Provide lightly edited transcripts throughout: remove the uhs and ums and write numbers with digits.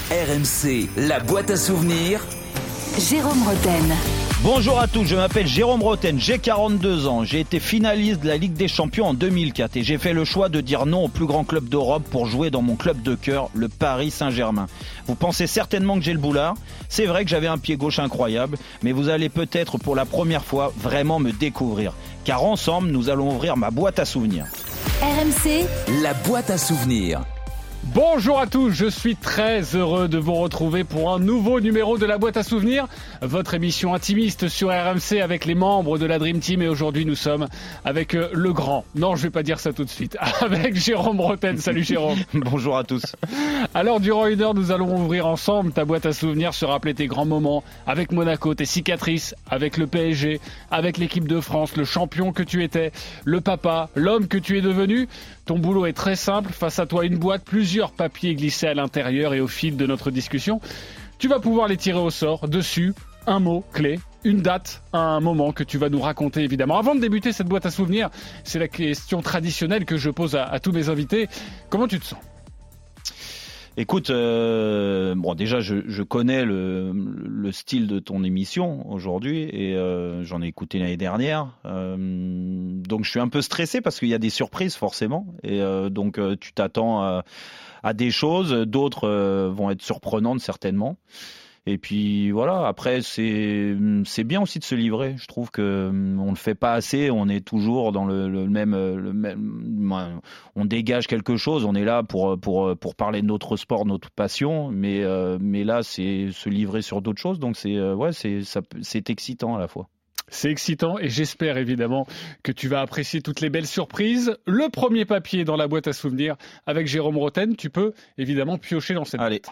RMC, la boîte à souvenirs. Jérôme Roten. Bonjour à tous, je m'appelle Jérôme Roten, j'ai 42 ans, j'ai été finaliste de la Ligue des Champions en 2004 et j'ai fait le choix de dire non au plus grand club d'Europe pour jouer dans mon club de cœur, le Paris Saint-Germain. Vous pensez certainement que j'ai le boulard, c'est vrai que j'avais un pied gauche incroyable, mais vous allez peut-être pour la première fois vraiment me découvrir, car ensemble nous allons ouvrir ma boîte à souvenirs. RMC, la boîte à souvenirs. Bonjour à tous, je suis très heureux de vous retrouver pour un nouveau numéro de la boîte à souvenirs, votre émission intimiste sur RMC avec les membres de la Dream Team, et aujourd'hui nous sommes avec le grand, non je vais pas dire ça tout de suite, avec Jérôme Roten. Salut Jérôme. Bonjour à tous. Alors durant une heure nous allons ouvrir ensemble ta boîte à souvenirs, se rappeler tes grands moments avec Monaco, tes cicatrices, avec le PSG, avec l'équipe de France, le champion que tu étais, le papa, l'homme que tu es devenu. Ton boulot est très simple, face à toi une boîte, plusieurs papiers glissés à l'intérieur, et au fil de notre discussion, tu vas pouvoir les tirer au sort. Dessus, un mot clé, une date, un moment que tu vas nous raconter évidemment. Avant de débuter cette boîte à souvenirs, c'est la question traditionnelle que je pose à tous mes invités. Comment tu te sens ? Écoute, déjà je connais le style de ton émission aujourd'hui et j'en ai écouté l'année dernière, donc je suis un peu stressé parce qu'il y a des surprises forcément, et donc tu t'attends à des choses, d'autres vont être surprenantes certainement. Et puis voilà, après c'est bien aussi de se livrer. Je trouve que on le fait pas assez, on est toujours dans le même, on dégage quelque chose, on est là pour parler de notre sport, notre passion, mais là c'est se livrer sur d'autres choses, donc c'est excitant à la fois. C'est excitant et j'espère évidemment que tu vas apprécier toutes les belles surprises. Le premier papier dans la boîte à souvenirs avec Jérôme Roten, tu peux évidemment piocher dans cette boîte.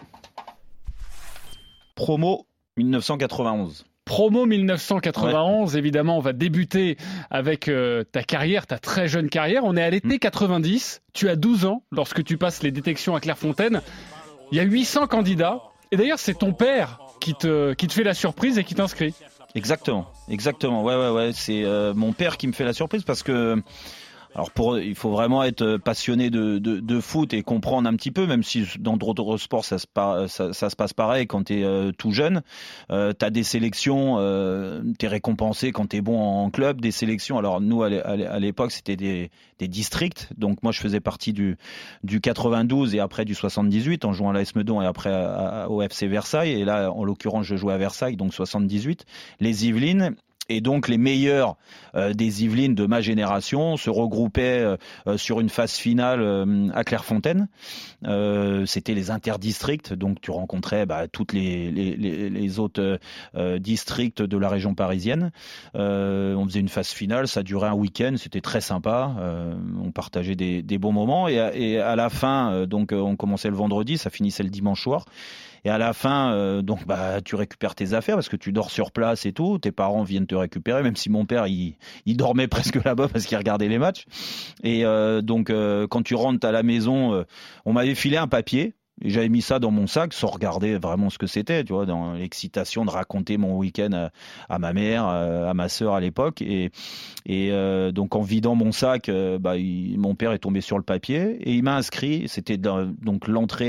Promo 1991. Promo 1991, ouais. Évidemment, on va débuter avec ta carrière, ta très jeune carrière. On est à l'été 90, tu as 12 ans lorsque tu passes les détections à Clairefontaine. Il y a 800 candidats, et d'ailleurs c'est ton père qui te fait la surprise et qui t'inscrit. Exactement. Ouais. C'est mon père qui me fait la surprise parce que... Alors il faut vraiment être passionné de foot et comprendre un petit peu, même si dans d'autres sports ça se passe pareil. Quand t'es tout jeune, t'as des sélections, t'es récompensé quand t'es bon en club, des sélections. Alors nous à l'époque c'était des districts, donc moi je faisais partie du 92 et après du 78 en jouant à l'AS Meudon et après au FC Versailles, et là en l'occurrence je jouais à Versailles, donc 78, les Yvelines. Et donc les meilleurs des Yvelines de ma génération se regroupaient sur une phase finale à Clairefontaine. C'était les interdistricts, donc tu rencontrais toutes les autres districts de la région parisienne. On faisait une phase finale, ça durait un week-end, c'était très sympa. On partageait des bons moments, et à la fin, donc on commençait le vendredi, ça finissait le dimanche soir. Et à la fin, tu récupères tes affaires parce que tu dors sur place et tout. Tes parents viennent te récupérer, même si mon père, il dormait presque là-bas parce qu'il regardait les matchs. Et quand tu rentres à la maison, on m'avait filé un papier. Et j'avais mis ça dans mon sac sans regarder vraiment ce que c'était, tu vois, dans l'excitation de raconter mon week-end à ma mère, à ma sœur à l'époque. Et donc en vidant mon sac, mon père est tombé sur le papier et il m'a inscrit. C'était donc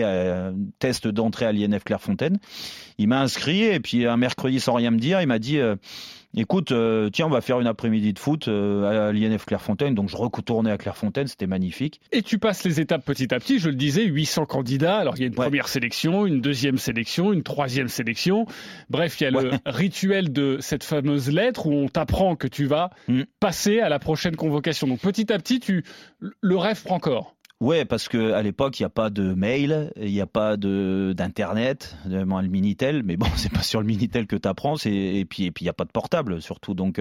test d'entrée à l'INF Clairefontaine. Il m'a inscrit, et puis un mercredi sans rien me dire, il m'a dit écoute, tiens, on va faire une après-midi de foot à l'INF Clairefontaine. Donc je retournais à Clairefontaine, c'était magnifique. Et tu passes les étapes petit à petit, je le disais, 800 candidats. Alors il y a une première sélection, une deuxième sélection, une troisième sélection. Bref, il y a le rituel de cette fameuse lettre où on t'apprend que tu vas passer à la prochaine convocation. Donc petit à petit, le rêve prend corps. Ouais, parce que à l'époque il n'y a pas de mail, il n'y a pas d'internet, le Minitel, mais bon, c'est pas sur le Minitel que t'apprends, et puis il n'y a pas de portable surtout, donc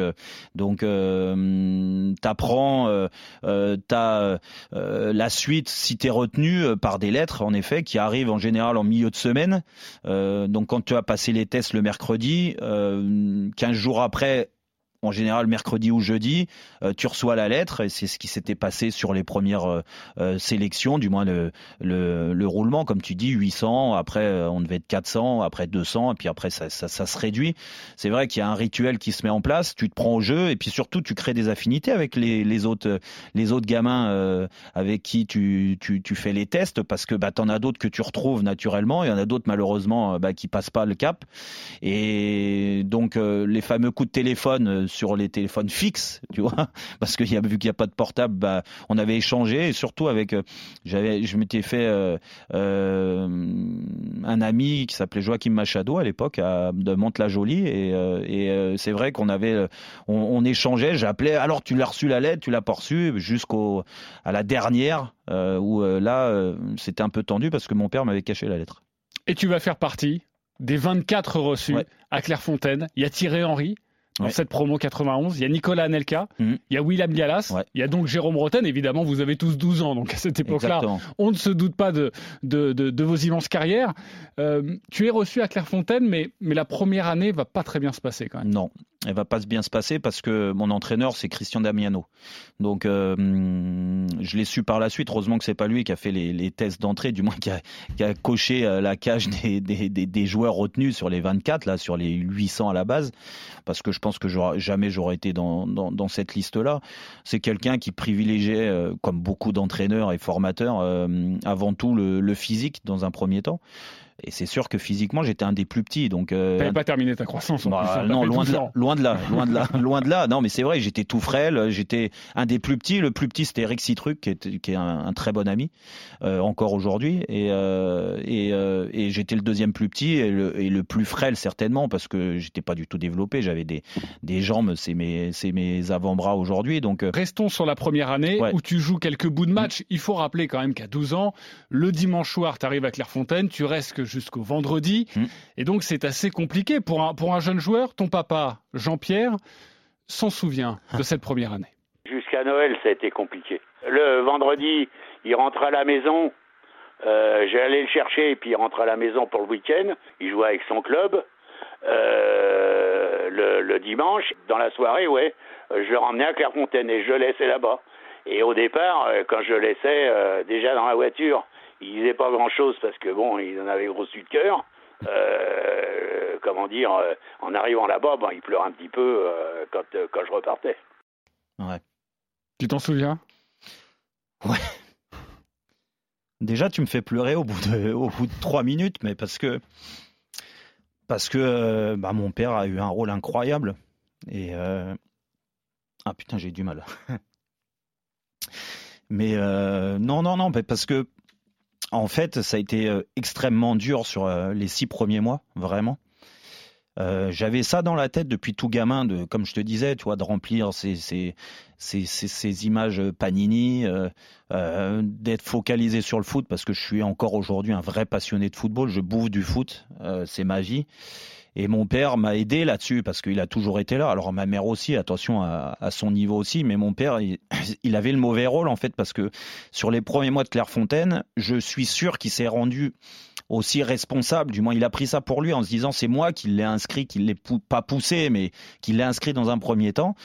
t'apprends, t'as la suite si t'es retenu par des lettres, en effet, qui arrivent en général en milieu de semaine. Donc quand tu as passé les tests le mercredi, 15 jours après, en général mercredi ou jeudi, tu reçois la lettre, et c'est ce qui s'était passé sur les premières sélections, du moins le roulement, comme tu dis, 800, après on devait être 400, après 200, et puis après ça se réduit. C'est vrai qu'il y a un rituel qui se met en place, tu te prends au jeu, et puis surtout tu crées des affinités avec les autres gamins avec qui tu fais les tests, parce que t'en as d'autres que tu retrouves naturellement, et il y en a d'autres malheureusement qui passent pas le cap. Et donc les fameux coups de téléphone sur les téléphones fixes, tu vois, parce qu'il y a vu qu'il n'y a pas de portable, on avait échangé, et surtout avec je m'étais fait un ami qui s'appelait Joachim Machado à l'époque de Mantes-la-Jolie, et c'est vrai qu'on avait on échangeait, j'appelais, alors tu l'as reçu la lettre, tu l'as pas reçu, à la dernière où là c'était un peu tendu parce que mon père m'avait caché la lettre. Et tu vas faire partie des 24 reçus à Clairefontaine. Il y a Thierry Henry dans cette promo 91, il y a Nicolas Anelka, il y a William Gallas, il y a donc Jérôme Rotten. Évidemment, vous avez tous 12 ans, donc à cette époque-là, on ne se doute pas de vos immenses carrières. Tu es reçu à Clairefontaine, mais la première année va pas très bien se passer quand même. Non, elle va pas bien se passer parce que mon entraîneur, c'est Christian Damiano. Donc, je l'ai su par la suite. Heureusement que c'est pas lui qui a fait les tests d'entrée, du moins qui a coché la cage des joueurs retenus sur les 24, là, sur les 800 à la base, parce que je pense que jamais j'aurais été dans cette liste-là. C'est quelqu'un qui privilégiait, comme beaucoup d'entraîneurs et formateurs, avant tout le physique dans un premier temps. Et c'est sûr que physiquement, j'étais un des plus petits. Donc, t'avais pas terminé ta croissance. Non, loin de là. Non, mais c'est vrai, j'étais tout frêle. J'étais un des plus petits. Le plus petit, c'était Eric Citruc, qui est un très bon ami, encore aujourd'hui. Et j'étais le deuxième plus petit et le plus frêle certainement, parce que j'étais pas du tout développé. J'avais des jambes, c'est mes avant-bras aujourd'hui. Donc, restons sur la première année où tu joues quelques bouts de match. Il faut rappeler quand même qu'à 12 ans, le dimanche soir, tu arrives à Clairefontaine, tu restes jusqu'au vendredi. Et donc, c'est assez compliqué pour un jeune joueur. Ton papa, Jean-Pierre, s'en souvient de cette première année. Jusqu'à Noël, ça a été compliqué. Le vendredi, il rentre à la maison. J'allais le chercher et puis il rentre à la maison pour le week-end. Il jouait avec son club. Le dimanche, dans la soirée, je le ramenais à Clairefontaine et je le laissais là-bas. Et au départ, quand je le laissais déjà dans la voiture, il disait pas grand-chose parce que il en avait gros de cœur. En arrivant là-bas, il pleurait un petit peu quand je repartais. Ouais. Tu t'en souviens ? Ouais. Déjà, tu me fais pleurer au bout de 3 minutes, mais parce que mon père a eu un rôle incroyable. Et putain, j'ai du mal. Mais non, parce que en fait, ça a été extrêmement dur sur les 6 premiers mois, vraiment. J'avais ça dans la tête depuis tout gamin, comme je te disais, tu vois, de remplir ces images Panini, d'être focalisé sur le foot, parce que je suis encore aujourd'hui un vrai passionné de football. Je bouffe du foot, c'est ma vie. Et mon père m'a aidé là-dessus parce qu'il a toujours été là. Alors ma mère aussi, attention à son niveau aussi, mais mon père, il avait le mauvais rôle en fait, parce que sur les premiers mois de Clairefontaine, je suis sûr qu'il s'est rendu aussi responsable. Du moins, il a pris ça pour lui en se disant c'est moi qui l'ai inscrit, qui l'ai pas poussé, mais qui l'ai inscrit dans un premier temps.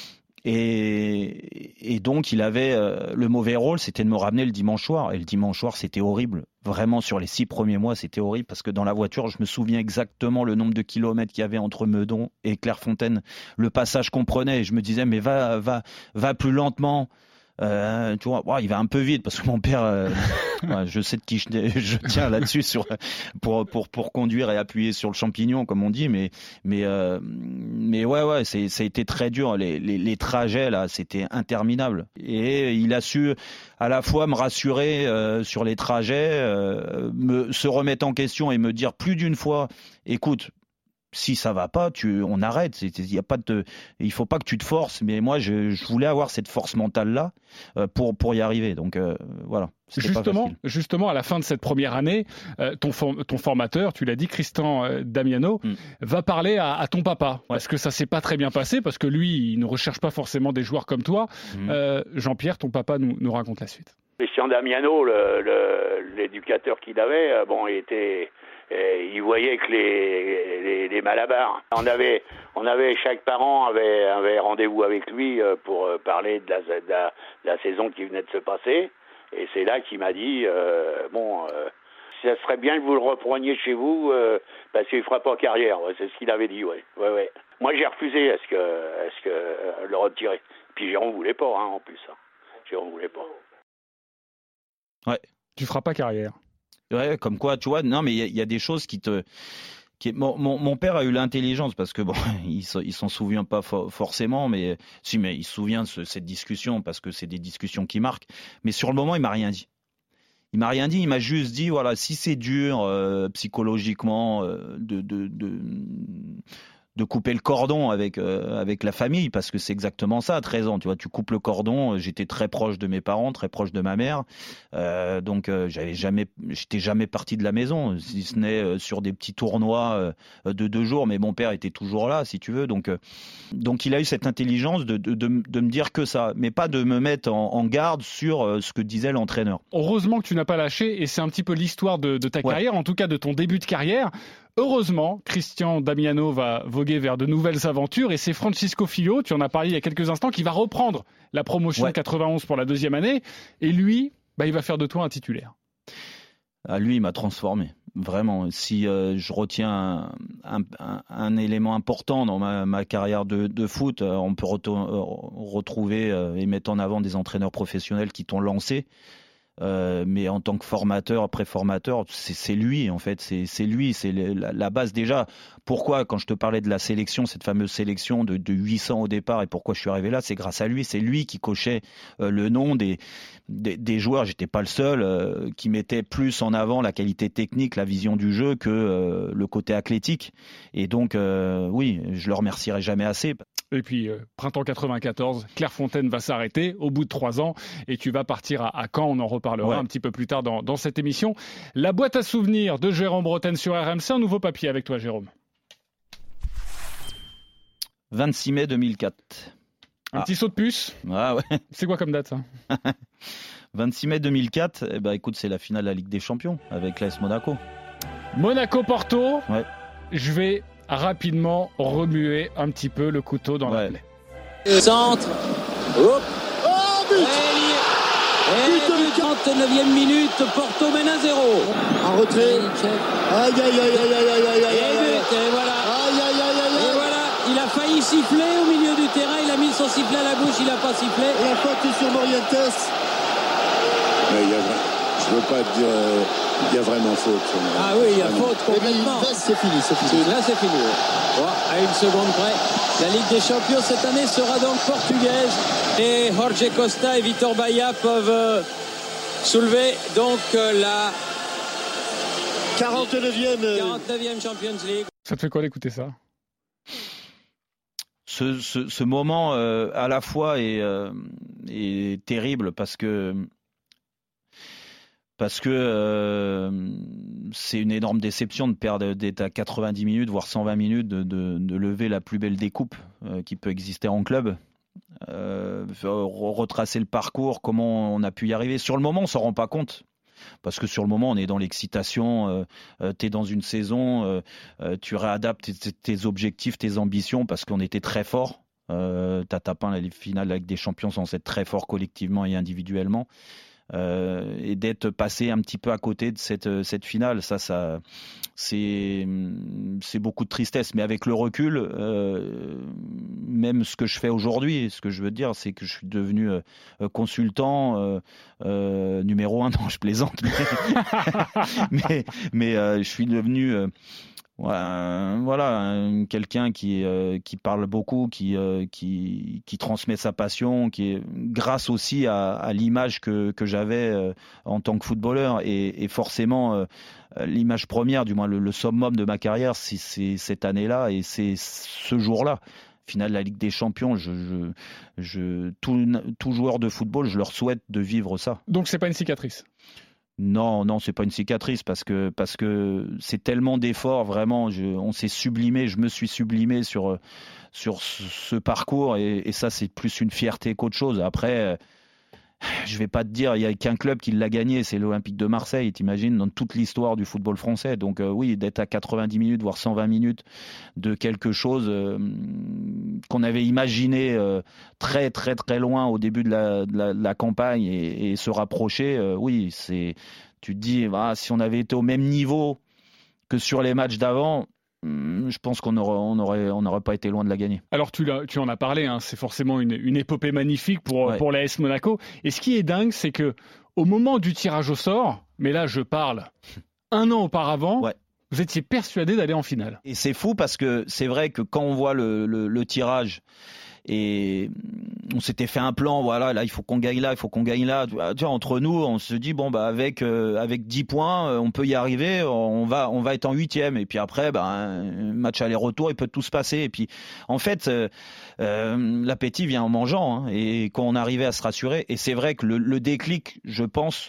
Et donc, il avait le mauvais rôle, c'était de me ramener le dimanche soir. Et le dimanche soir, c'était horrible. Vraiment, sur les 6 premiers mois, c'était horrible parce que dans la voiture, je me souviens exactement le nombre de kilomètres qu'il y avait entre Meudon et Clairefontaine, le passage qu'on prenait. Et je me disais, mais va plus lentement. Tu vois, il va un peu vite parce que mon père, je sais de qui je tiens là-dessus pour conduire et appuyer sur le champignon comme on dit, mais ça a été très dur. Les trajets là, c'était interminable. Et il a su à la fois me rassurer sur les trajets, se remettre en question et me dire plus d'une fois, écoute, si ça va pas, on arrête. Il faut pas que tu te forces. Mais moi, je voulais avoir cette force mentale là pour y arriver. Donc voilà. Justement, à la fin de cette première année, ton formateur, tu l'as dit, Christian Damiano, va parler à ton papa. Parce que ça s'est pas très bien passé, parce que lui, il ne recherche pas forcément des joueurs comme toi. Jean-Pierre, ton papa nous raconte la suite. Christian Damiano, l'éducateur qu'il avait, il voyait que les malabars. Chaque parent avait rendez-vous avec lui pour parler de la saison qui venait de se passer. Et c'est là qu'il m'a dit, ça serait bien que vous le repreniez chez vous, parce qu'il fera pas carrière. Ouais, c'est ce qu'il avait dit, ouais. Moi, j'ai refusé à ce que le retirer. Puis Jérôme voulait pas, en plus. Jérôme voulait pas. Ouais. Tu feras pas carrière. Ouais, comme quoi, tu vois, non, mais il y a des choses mon père a eu l'intelligence, parce que bon, il s'en souvient pas forcément, mais il se souvient de cette discussion, parce que c'est des discussions qui marquent. Mais sur le moment, il m'a rien dit. Il m'a juste dit, voilà, si c'est dur psychologiquement de couper le cordon avec la famille, parce que c'est exactement ça, à 13 ans, tu vois, tu coupes le cordon. J'étais très proche de mes parents, très proche de ma mère, donc j'étais jamais parti de la maison, si ce n'est sur des petits tournois de 2 jours, mais mon père était toujours là, si tu veux, donc il a eu cette intelligence de me dire que ça, mais pas de me mettre en garde sur ce que disait l'entraîneur. Heureusement que tu n'as pas lâché, et c'est un petit peu l'histoire de ta carrière, en tout cas de ton début de carrière. Heureusement, Christian Damiano va voguer vers de nouvelles aventures, et c'est Francisco Filho, tu en as parlé il y a quelques instants, qui va reprendre la promotion 91 pour la 2e année, et lui, il va faire de toi un titulaire. Lui, il m'a transformé, vraiment. Si je retiens un élément important dans ma carrière de foot, on peut retrouver et mettre en avant des entraîneurs professionnels qui t'ont lancé. Mais en tant que formateur, après formateur, c'est lui en fait, c'est lui, c'est la base déjà. Pourquoi, quand je te parlais de la sélection, cette fameuse sélection de 800 au départ, et pourquoi je suis arrivé là, c'est grâce à lui. C'est lui qui cochait le nom des joueurs. J'étais pas le seul qui mettait plus en avant la qualité technique, la vision du jeu que le côté athlétique. Et donc oui, je le remercierai jamais assez. Et puis, printemps 94, Clairefontaine va s'arrêter au bout de 3 ans, et tu vas partir à Caen. On en reparlera un petit peu plus tard dans cette émission. La boîte à souvenirs de Jérôme Bretagne sur RMC. Un nouveau papier avec toi, Jérôme. 26 mai 2004. Un petit saut de puce. Ah ouais. C'est quoi comme date, ça? 26 mai 2004, écoute, c'est la finale de la Ligue des Champions avec l'AS Monaco. Monaco-Porto. Ouais. Je vais rapidement remuer un petit peu le couteau dans la plaie. Centre. Hop. Oh, but. Et 39e minute, Porto mène 1-0. En retrait. Aïe, aïe, aïe, aïe, aïe, aïe, aïe. Et voilà. Aïe, aïe, aïe, aïe. Et voilà, il a failli siffler au milieu du terrain, il a mis son sifflet à la bouche, il n'a pas sifflé. La faute sur Morientes. Je ne veux pas te dire, il y a vraiment faute. Ah oui, il y a faute complètement. C'est fini. Là, c'est fini. Bon, à 1 seconde près. La Ligue des Champions cette année sera donc portugaise. Et Jorge Costa et Vitor Baía peuvent soulever donc la 49e Champions League. Ça te fait quoi d'écouter ça? Ce moment à la fois est terrible parce que c'est une énorme déception de perdre d'être à 90 minutes, voire 120 minutes, de lever la plus belle découpe qui peut exister en club. Retracer le parcours, comment on a pu y arriver. Sur le moment, on ne s'en rend pas compte. Parce que sur le moment, on est dans l'excitation, tu es dans une saison, tu réadaptes tes objectifs, tes ambitions, parce qu'on était très forts. T'as tapé la finale avec des champions sans être très fort collectivement et individuellement. Et d'être passé un petit peu à côté de cette finale, ça c'est beaucoup de tristesse. Mais avec le recul, même ce que je fais aujourd'hui, ce que je veux dire, c'est que je suis devenu consultant numéro 1. Non, je plaisante. Mais je suis devenu quelqu'un qui parle beaucoup, qui transmet sa passion, qui est grâce aussi à l'image que j'avais en tant que footballeur, et forcément l'image première, du moins le summum de ma carrière, c'est cette année-là et c'est ce jour-là. Finale de la Ligue des Champions, tout joueur de football, je leur souhaite de vivre ça. Donc c'est pas une cicatrice? Non, c'est pas une cicatrice parce que c'est tellement d'efforts, vraiment. On s'est sublimé, je me suis sublimé sur ce parcours et ça, c'est plus une fierté qu'autre chose. Après, je vais pas te dire, il y a qu'un club qui l'a gagné, c'est l'Olympique de Marseille, t'imagines, dans toute l'histoire du football français. Donc oui, d'être à 90 minutes, voire 120 minutes de quelque chose qu'on avait imaginé très très très loin au début de la campagne et se rapprocher, oui, tu te dis, si on avait été au même niveau que sur les matchs d'avant, je pense qu'on n'aurait pas été loin de la gagner. Alors tu en as parlé, hein, c'est forcément une épopée magnifique pour l'AS Monaco. Et ce qui est dingue, c'est que au moment du tirage au sort, mais là je parle 1 an auparavant, vous étiez persuadé d'aller en finale. Et c'est fou parce que c'est vrai que quand on voit le tirage, et on s'était fait un plan, voilà, là il faut qu'on gagne là, il faut qu'on gagne là. Tu vois, entre nous, on se dit avec 10 points, on peut y arriver, on va être en 8e. Et puis après, un match aller-retour, il peut tout se passer. Et puis en fait, l'appétit vient en mangeant. Hein, et quand on arrivait à se rassurer, et c'est vrai que le déclic, je pense,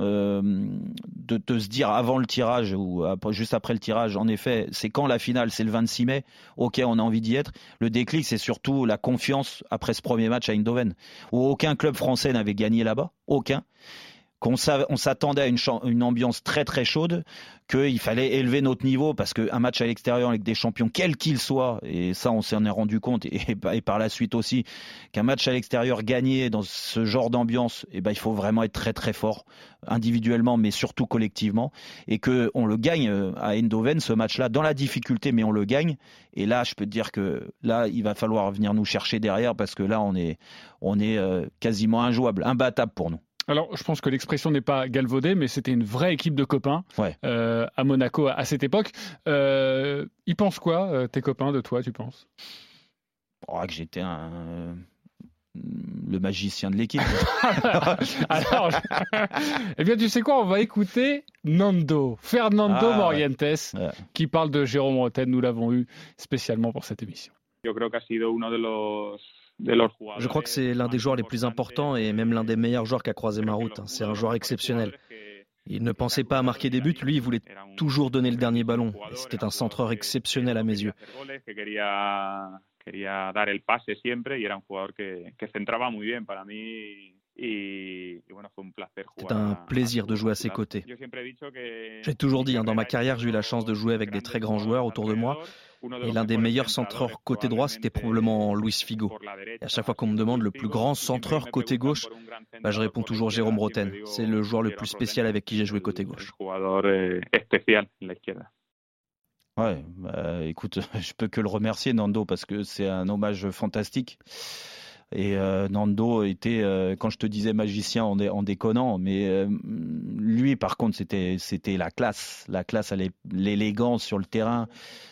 de se dire avant le tirage ou juste après le tirage, en effet, c'est quand la finale, c'est le 26 mai, ok, on a envie d'y être. Le déclic, c'est surtout la confiance après ce premier match à Eindhoven, où aucun club français n'avait gagné là-bas, aucun. On s'attendait à une ambiance très très chaude, qu'il fallait élever notre niveau parce qu'un match à l'extérieur avec des champions, quel qu'il soit, et ça on s'en est rendu compte, et par la suite aussi, qu'un match à l'extérieur gagné dans ce genre d'ambiance, il faut vraiment être très très fort, individuellement mais surtout collectivement, et qu'on le gagne à Eindhoven, ce match-là, dans la difficulté, mais on le gagne. Et là, je peux te dire que là, il va falloir venir nous chercher derrière parce que là, on est quasiment injouable, imbattable pour nous. Alors, je pense que l'expression n'est pas galvaudée, mais c'était une vraie équipe de copains à Monaco à cette époque. Ils pensent quoi, tes copains, de toi, tu penses ? Que j'étais le magicien de l'équipe. Alors, eh bien, tu sais quoi ? On va écouter Fernando Morientes, qui parle de Jérôme Rotten. Nous l'avons eu spécialement pour cette émission. Je crois que c'est l'un des joueurs les plus importants et même l'un des meilleurs joueurs qu'a croisé ma route. C'est un joueur exceptionnel. Il ne pensait pas à marquer des buts, lui, il voulait toujours donner le dernier ballon. Et c'était un centreur exceptionnel à mes yeux. C'est un plaisir de jouer à ses côtés. J'ai toujours dit, dans ma carrière, j'ai eu la chance de jouer avec des très grands joueurs autour de moi. Et l'un des meilleurs centreurs côté droit, c'était probablement Luis Figo. Et à chaque fois qu'on me demande le plus grand centreur côté gauche, je réponds toujours Jérôme Rotten. C'est le joueur le plus spécial avec qui j'ai joué côté gauche. Écoute, je peux que le remercier, Nando, parce que c'est un hommage fantastique. Et Nando était, quand je te disais magicien en déconnant, mais lui par contre c'était la classe, l'élégance sur le terrain.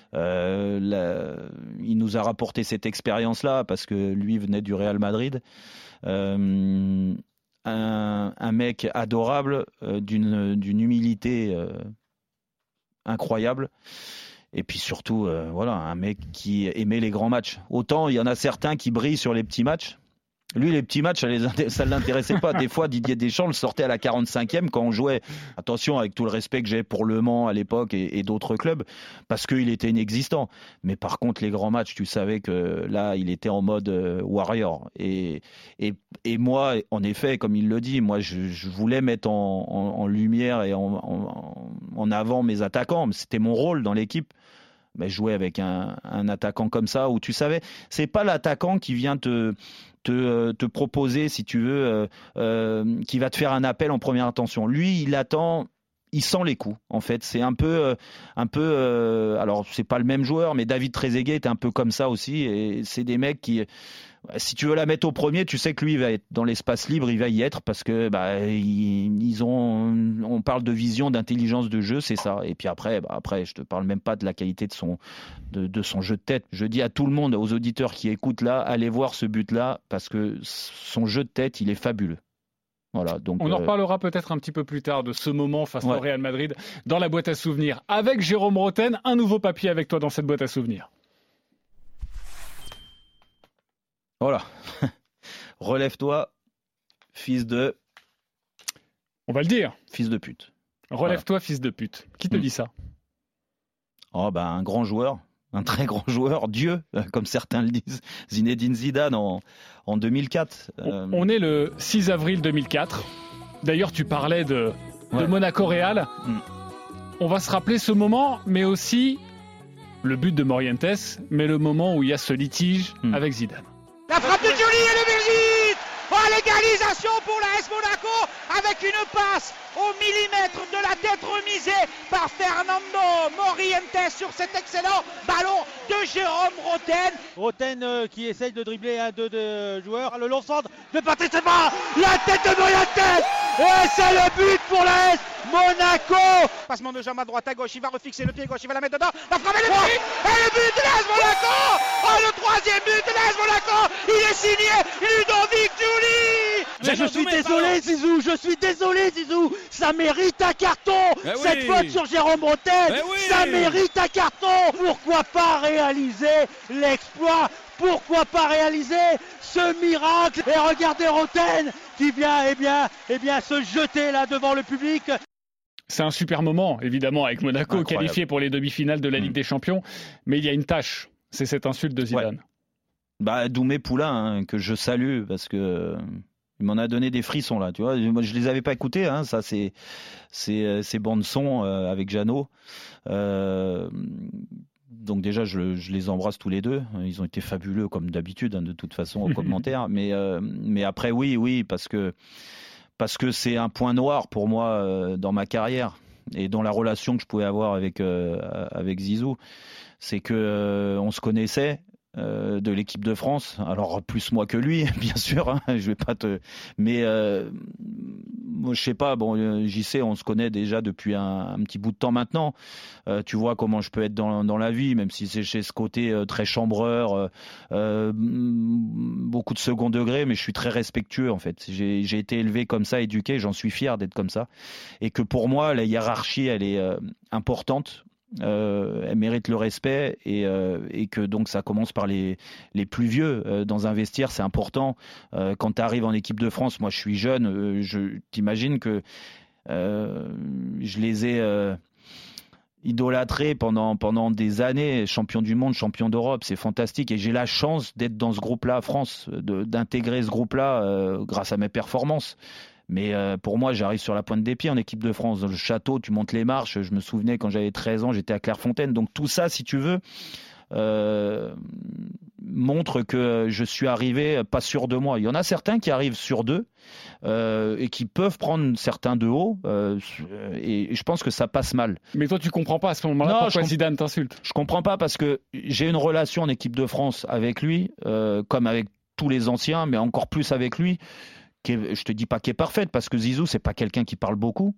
Il nous a rapporté cette expérience-là parce que lui venait du Real Madrid. Un mec adorable, d'une humilité incroyable. Et puis surtout, un mec qui aimait les grands matchs. Autant il y en a certains qui brillent sur les petits matchs. Lui, les petits matchs, ça ne l'intéressait pas. Des fois, Didier Deschamps le sortait à la 45e quand on jouait, attention, avec tout le respect que j'ai pour Le Mans à l'époque et d'autres clubs, parce qu'il était inexistant. Mais par contre, les grands matchs, tu savais que là, il était en mode warrior. Et moi, en effet, comme il le dit, moi, je voulais mettre en lumière et en avant mes attaquants. C'était mon rôle dans l'équipe. Mais jouer avec un attaquant comme ça, où tu savais, c'est pas l'attaquant qui vient te proposer, si tu veux, qui va te faire un appel en première intention. Lui, il attend, il sent les coups. En fait, c'est un peu. Alors, c'est pas le même joueur, mais David Trezeguet est un peu comme ça aussi. Et c'est des mecs qui, si tu veux la mettre au premier, tu sais que lui, il va être dans l'espace libre, il va y être parce que on parle de vision, d'intelligence de jeu, c'est ça. Et puis après, je te parle même pas de la qualité de son jeu de tête. Je dis à tout le monde, aux auditeurs qui écoutent là, allez voir ce but-là parce que son jeu de tête, il est fabuleux. Voilà, donc, on en reparlera peut-être un petit peu plus tard de ce moment face au Real Madrid dans la boîte à souvenirs. Avec Jérôme Rotten, un nouveau papier avec toi dans cette boîte à souvenirs. Voilà. Relève-toi, fils de... On va le dire. Fils de pute. Relève-toi, fils de pute. Qui te dit ça? Un grand joueur. Un très grand joueur, Dieu, comme certains le disent, Zinedine Zidane en 2004. On est le 6 avril 2004. D'ailleurs, tu parlais de Monaco-Real. On va se rappeler ce moment, mais aussi le but de Morientes, mais le moment où il y a ce litige avec Zidane. La frappe de Giuli et le Belgique. L'égalisation pour l'AS Monaco avec une passe au millimètre de la tête remisée par Fernando Morientes sur cet excellent ballon de Jérôme Roten. Roten qui essaye de dribbler un deux joueurs. Le long centre de Patrice Evra, la tête de Morientes et c'est le but pour l'AS Monaco. Passement de jambe à droite à gauche, il va refixer le pied gauche, il va la mettre dedans. La frappe et le but de l'AS Monaco. Le troisième but de l'AS Monaco. Il est signé Ludovic Giuli. Je suis désolé Zizou, ça mérite un carton. Cette faute sur Jérôme Roten, ça mérite un carton. Pourquoi pas réaliser l'exploit? Pourquoi pas réaliser ce miracle? Et regardez Roten qui vient se jeter là devant le public. C'est un super moment, évidemment, avec Monaco Incroyable. qualifié pour les demi-finales de la Ligue des Champions. Mais il y a une tâche, c'est cette insulte de Zidane. Doumé Poulain, que je salue, parce que il m'en a donné des frissons là, tu vois. Moi, je les avais pas écoutés, ça c'est bandes son avec Jeannot. Donc déjà, je les embrasse tous les deux. Ils ont été fabuleux comme d'habitude, de toute façon, aux commentaires. Mais après, oui, parce que c'est un point noir pour moi dans ma carrière et dans la relation que je pouvais avoir avec Zizou. C'est que on se connaissait. De l'équipe de France, alors plus moi que lui, bien sûr, je vais pas te... Mais moi, je sais pas, JC, on se connaît déjà depuis un petit bout de temps maintenant. Tu vois comment je peux être dans la vie, même si c'est chez ce côté très chambreur, beaucoup de second degré, mais je suis très respectueux en fait. J'ai été élevé comme ça, éduqué, j'en suis fier d'être comme ça. Et que pour moi, la hiérarchie, elle est importante. Elle mérite le respect et que donc ça commence par les plus vieux dans un vestiaire, c'est important. Quand tu arrives en équipe de France, moi je suis jeune, t'imagines que je les ai idolâtrés pendant des années, champion du monde, champion d'Europe, c'est fantastique et j'ai la chance d'être dans ce groupe-là, France, d'intégrer ce groupe-là grâce à mes performances. Mais pour moi, j'arrive sur la pointe des pieds en équipe de France. Dans le château, tu montes les marches. Je me souvenais quand j'avais 13 ans, j'étais à Clairefontaine. Donc tout ça, si tu veux, montre que je suis arrivé pas sûr de moi. Il y en a certains qui arrivent sur d'eux et qui peuvent prendre certains de haut. Et je pense que ça passe mal. Mais toi, tu comprends pas à ce moment-là pourquoi Zidane t'insulte? Je comprends pas parce que j'ai une relation en équipe de France avec lui, comme avec tous les anciens, mais encore plus avec lui. Je te dis pas qu'elle est parfaite parce que Zizou c'est pas quelqu'un qui parle beaucoup.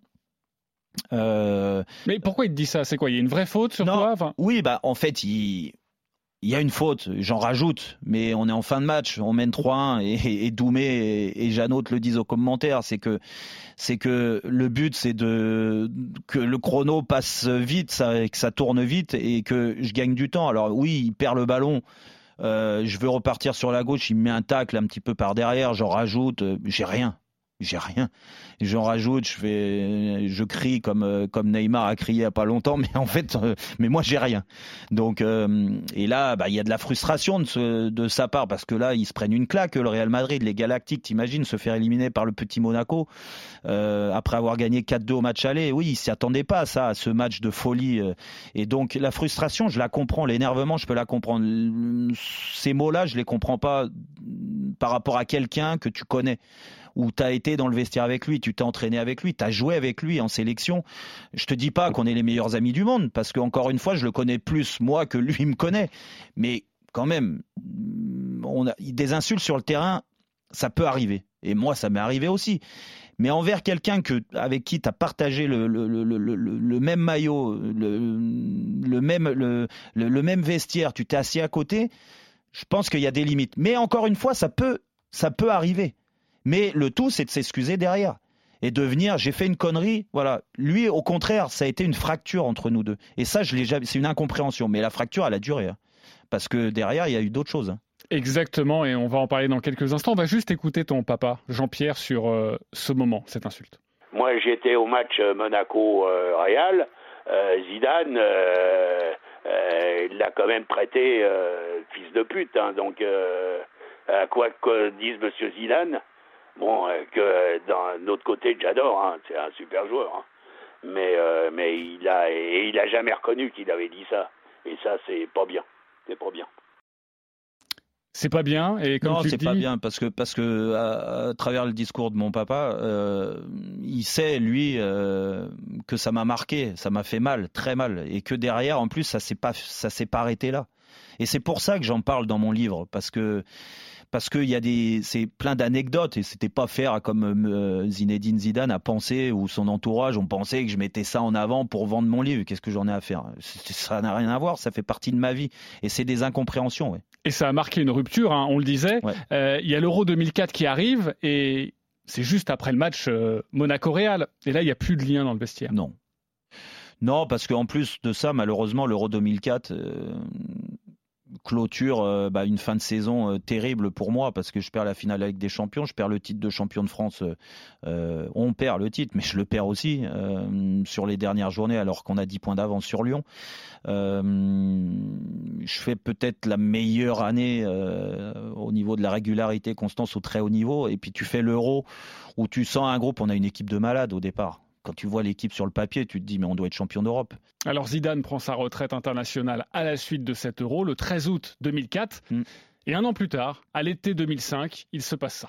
Mais pourquoi il te dit ça? C'est quoi? Il y a une vraie faute sur toi? Oui, en fait il y a une faute, j'en rajoute, mais on est en fin de match, on mène 3-1 et Doumé et Jeannot le disent aux commentaires, c'est que le but c'est que le chrono passe vite, que ça tourne vite et que je gagne du temps. Alors oui, il perd le ballon. Je veux repartir sur la gauche, il me met un tacle un petit peu par derrière, j'en rajoute, j'ai rien. J'en rajoute, je crie comme Neymar a crié il y a pas longtemps, mais en fait, mais moi j'ai rien. Donc et là, il y a de la frustration de sa part parce que là, ils se prennent une claque. Le Real Madrid, les Galactiques, t'imagines se faire éliminer par le petit Monaco après avoir gagné 4-2 au match aller. Oui, ils s'y attendaient pas à ce match de folie. Et donc la frustration, je la comprends, l'énervement, je peux la comprendre. Ces mots-là, je les comprends pas par rapport à quelqu'un que tu connais. Où tu as été dans le vestiaire avec lui, tu t'es entraîné avec lui, tu as joué avec lui en sélection. Je te dis pas qu'on est les meilleurs amis du monde, parce qu'encore une fois, je le connais plus moi que lui me connaît. Mais quand même, des insultes sur le terrain, ça peut arriver. Et moi, ça m'est arrivé aussi. Mais envers quelqu'un avec qui tu as partagé le même maillot, le même vestiaire, tu t'es assis à côté, je pense qu'il y a des limites. Mais encore une fois, ça peut arriver. Mais le tout, c'est de s'excuser derrière et de venir, j'ai fait une connerie. Voilà. Lui, au contraire, ça a été une fracture entre nous deux. Et ça, c'est une incompréhension. Mais la fracture, elle a duré. Parce que derrière, il y a eu d'autres choses. Exactement, et on va en parler dans quelques instants. On va juste écouter ton papa, Jean-Pierre, sur ce moment, cette insulte. Moi, j'étais au match Monaco-Real. Zidane, il l'a quand même traité fils de pute. Hein, donc, à quoi que dise Monsieur Zidane, bon, que d'un autre côté, j'adore. Hein, c'est un super joueur. Hein, mais il a jamais reconnu qu'il avait dit ça. Et ça, c'est pas bien. C'est pas bien. C'est pas bien, et comme non, tu c'est dis... pas bien parce que à travers le discours de mon papa, il sait lui que ça m'a marqué, ça m'a fait mal, très mal, et que derrière, en plus, ça s'est pas arrêté là. Et c'est pour ça que j'en parle dans mon livre, parce que c'est plein d'anecdotes, et c'était pas faire comme Zinedine Zidane a pensé, ou son entourage ont pensé que je mettais ça en avant pour vendre mon livre. Qu'est-ce que j'en ai à faire? Ça n'a rien à voir, ça fait partie de ma vie, et c'est des incompréhensions. Ouais. Et ça a marqué une rupture, hein, on le disait. Ouais. Y a l'Euro 2004 qui arrive, et c'est juste après le match Monaco-Real. Et là, il n'y a plus de lien dans le vestiaire. Non, parce qu'en plus de ça, malheureusement, l'Euro 2004 clôture une fin de saison terrible pour moi, parce que je perds la finale avec des champions, je perds le titre de champion de France, on perd le titre, mais je le perds aussi sur les dernières journées, alors qu'on a 10 points d'avance sur Lyon. Je fais peut-être la meilleure année au niveau de la régularité, constance au très haut niveau, et puis tu fais l'Euro où tu sens un groupe, on a une équipe de malades au départ. Quand tu vois l'équipe sur le papier, tu te dis mais on doit être champion d'Europe. Alors Zidane prend sa retraite internationale à la suite de cet Euro, le 13 août 2004. Et un an plus tard, à l'été 2005, il se passe ça.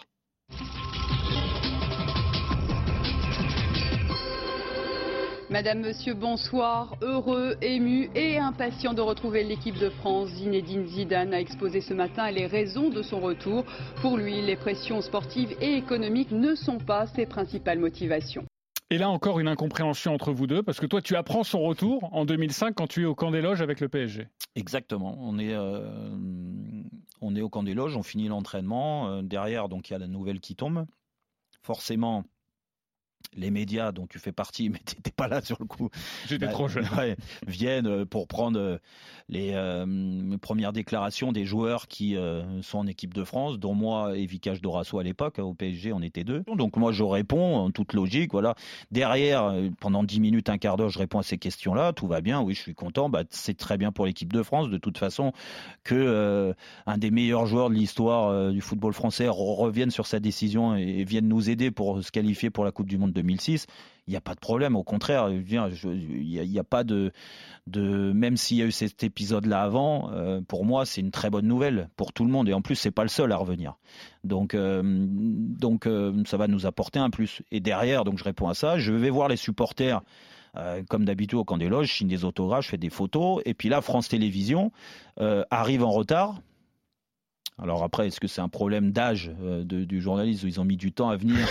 Madame, monsieur, bonsoir. Heureux, ému et impatient de retrouver l'équipe de France, Zinedine Zidane a exposé ce matin les raisons de son retour. Pour lui, les pressions sportives et économiques ne sont pas ses principales motivations. Et là encore une incompréhension entre vous deux, parce que toi tu apprends son retour en 2005 quand tu es au camp des loges avec le PSG. Exactement, on est au camp des loges, on finit l'entraînement, derrière donc il y a la nouvelle qui tombe, forcément les médias dont tu fais partie, mais tu n'étais pas là sur le coup. J'étais trop jeune. Viennent pour prendre les premières déclarations des joueurs qui sont en équipe de France, dont moi et Vicage Dorasso à l'époque. Au PSG, on était 2. Donc moi, je réponds en toute logique. Voilà. Derrière, pendant 10 minutes, un quart d'heure, je réponds à ces questions-là. Tout va bien. Oui, je suis content. C'est très bien pour l'équipe de France. De toute façon, que un des meilleurs joueurs de l'histoire du football français revienne sur sa décision et vienne nous aider pour se qualifier pour la Coupe du Monde 2006, il n'y a pas de problème, au contraire, il n'y a pas de même s'il y a eu cet épisode-là avant, pour moi c'est une très bonne nouvelle pour tout le monde, et en plus c'est pas le seul à revenir, donc ça va nous apporter un plus. Et derrière, donc je réponds à ça, je vais voir les supporters comme d'habitude au camp des loges, je signe des autographes, je fais des photos, et puis là France Télévisions arrive en retard. Alors après, est-ce que c'est un problème d'âge du journaliste où ils ont mis du temps à venir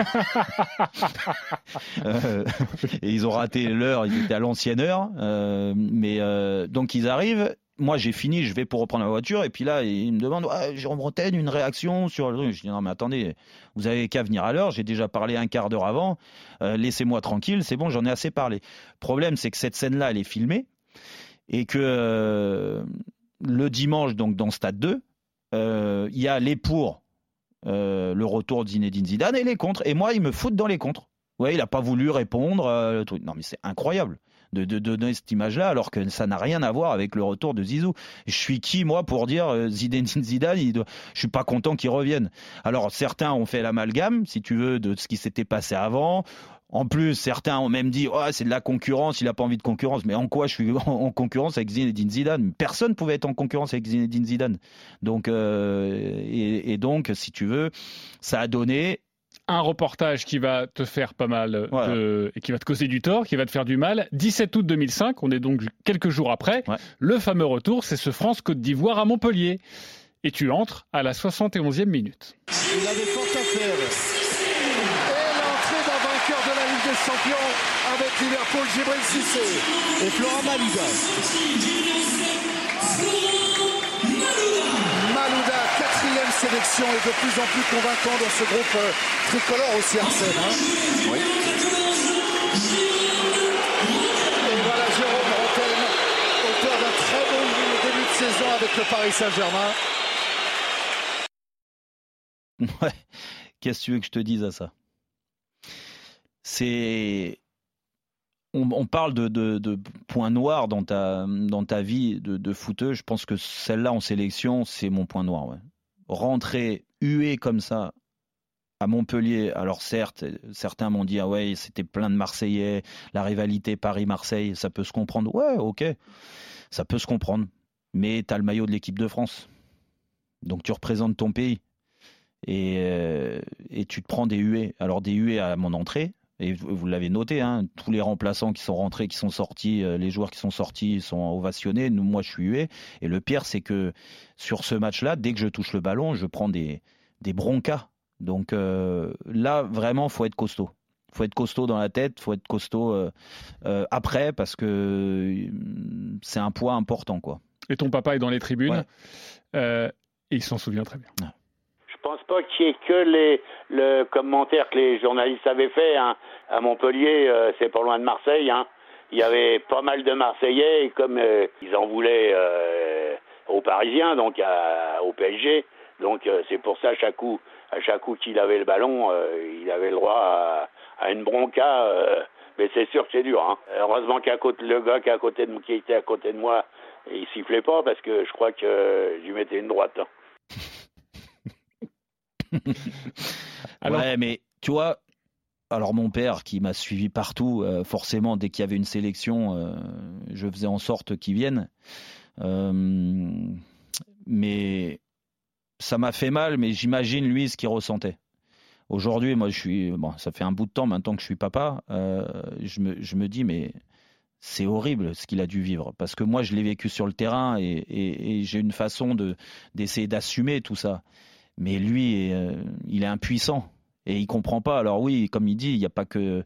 et ils ont raté l'heure, ils étaient à l'ancienne heure, donc ils arrivent. Moi j'ai fini, je vais pour reprendre la voiture, et puis là ils me demandent Jérôme Rotten, une réaction sur le truc. Je dis non mais attendez, vous avez qu'à venir à l'heure, j'ai déjà parlé un quart d'heure avant, laissez-moi tranquille, c'est bon, j'en ai assez parlé. Le problème c'est que cette scène-là elle est filmée, et que le dimanche, donc dans Stade 2, il y a les pour le retour de Zinedine Zidane et les contre, et moi ils me foutent dans les contre. Ouais, il a pas voulu répondre le truc. Non mais c'est incroyable de donner cette image-là alors que ça n'a rien à voir avec le retour de Zizou. Je suis qui moi pour dire Zinedine Zidane, je suis pas content qu'il revienne. Alors certains ont fait l'amalgame, si tu veux, de ce qui s'était passé avant. En plus, certains ont même dit c'est de la concurrence, il n'a pas envie de concurrence. Mais en quoi je suis en concurrence avec Zinedine Zidane? Personne ne pouvait être en concurrence avec Zinedine Zidane. Donc, donc, si tu veux, ça a donné un reportage qui va te faire pas mal et qui va te causer du tort, qui va te faire du mal. 17 août 2005, on est donc quelques jours après. Le fameux retour, c'est ce France-Côte d'Ivoire à Montpellier. Et tu entres à la 71e minute. Il avait fort à faire. Des champions avec Liverpool, Djibril Cissé et Florent Malouda. Malouda, 4e sélection, est de plus en plus convaincant dans ce groupe tricolore au CR7. Oui. Et voilà Jérôme Rotten, auteur d'un très bon début de saison avec le Paris Saint-Germain. Ouais, qu'est-ce que tu veux que je te dise à ça? On parle de points noirs dans ta vie de footeur. Je pense que celle-là en sélection, c'est mon point noir. Ouais. Rentrer hué comme ça à Montpellier. Alors certes, certains m'ont dit ouais, c'était plein de Marseillais, la rivalité Paris-Marseille, ça peut se comprendre. Ouais, ok, ça peut se comprendre. Mais t'as le maillot de l'équipe de France, donc tu représentes ton pays et tu te prends des huées. Alors des huées à mon entrée. Et vous l'avez noté, hein, tous les remplaçants qui sont rentrés, qui sont sortis, les joueurs qui sont sortis sont ovationnés. Moi, je suis hué. Et le pire, c'est que sur ce match-là, dès que je touche le ballon, je prends des broncas. Donc là, vraiment, faut être costaud. Faut être costaud dans la tête, faut être costaud après, parce que c'est un poids important, quoi. Et ton papa est dans les tribunes, et il s'en souvient très bien. Ouais. Je pense pas qu'il y ait que le commentaire que les journalistes avaient fait. Hein. À Montpellier, c'est pas loin de Marseille. Hein. Il y avait pas mal de Marseillais, et comme ils en voulaient aux Parisiens, donc au PSG. Donc c'est pour ça, à chaque coup qu'il avait le ballon, il avait le droit à une bronca. Mais c'est sûr que c'est dur. Hein. Heureusement le gars qui était à côté de moi, il sifflait pas, parce que je crois que je lui mettais une droite. Hein. Alors, ouais, mais tu vois, alors mon père qui m'a suivi partout, forcément dès qu'il y avait une sélection, je faisais en sorte qu'il vienne. Mais ça m'a fait mal, mais j'imagine lui ce qu'il ressentait. Aujourd'hui, moi ça fait un bout de temps maintenant que je suis papa, je me dis mais c'est horrible ce qu'il a dû vivre, parce que moi je l'ai vécu sur le terrain et j'ai une façon d'essayer d'assumer tout ça. Mais lui, il est impuissant et il comprend pas. Alors oui, comme il dit, il y a pas que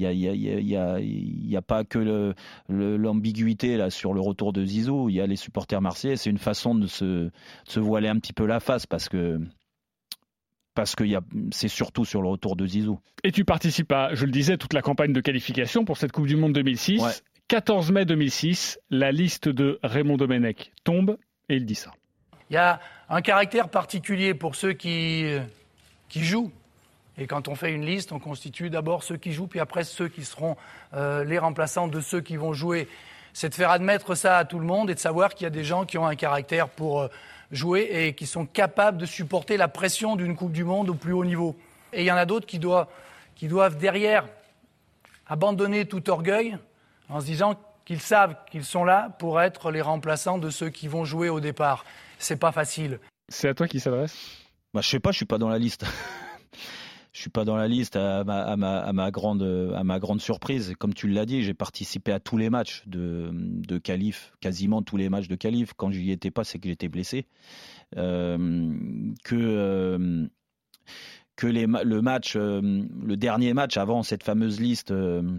l'ambiguïté là sur le retour de Zizou. Il y a les supporters marseillais. C'est une façon de se voiler un petit peu la face, parce que c'est surtout sur le retour de Zizou. Et tu participes à, je le disais, toute la campagne de qualification pour cette Coupe du Monde 2006. Ouais. 14 mai 2006, la liste de Raymond Domenech tombe et il dit ça. Il y a un caractère particulier pour ceux qui jouent. Et quand on fait une liste, on constitue d'abord ceux qui jouent, puis après ceux qui seront les remplaçants de ceux qui vont jouer. C'est de faire admettre ça à tout le monde et de savoir qu'il y a des gens qui ont un caractère pour jouer et qui sont capables de supporter la pression d'une Coupe du Monde au plus haut niveau. Et il y en a d'autres qui doivent derrière abandonner tout orgueil en se disant qu'ils savent qu'ils sont là pour être les remplaçants de ceux qui vont jouer au départ. C'est pas facile. C'est à toi qui s'adresse ? Je sais pas, je suis pas dans la liste. Je suis pas dans la liste à ma grande surprise. Comme tu l'as dit, j'ai participé à tous les matchs de qualif, quasiment tous les matchs de qualif. Quand j'y étais pas, c'est que j'étais blessé. Le dernier match avant cette fameuse liste,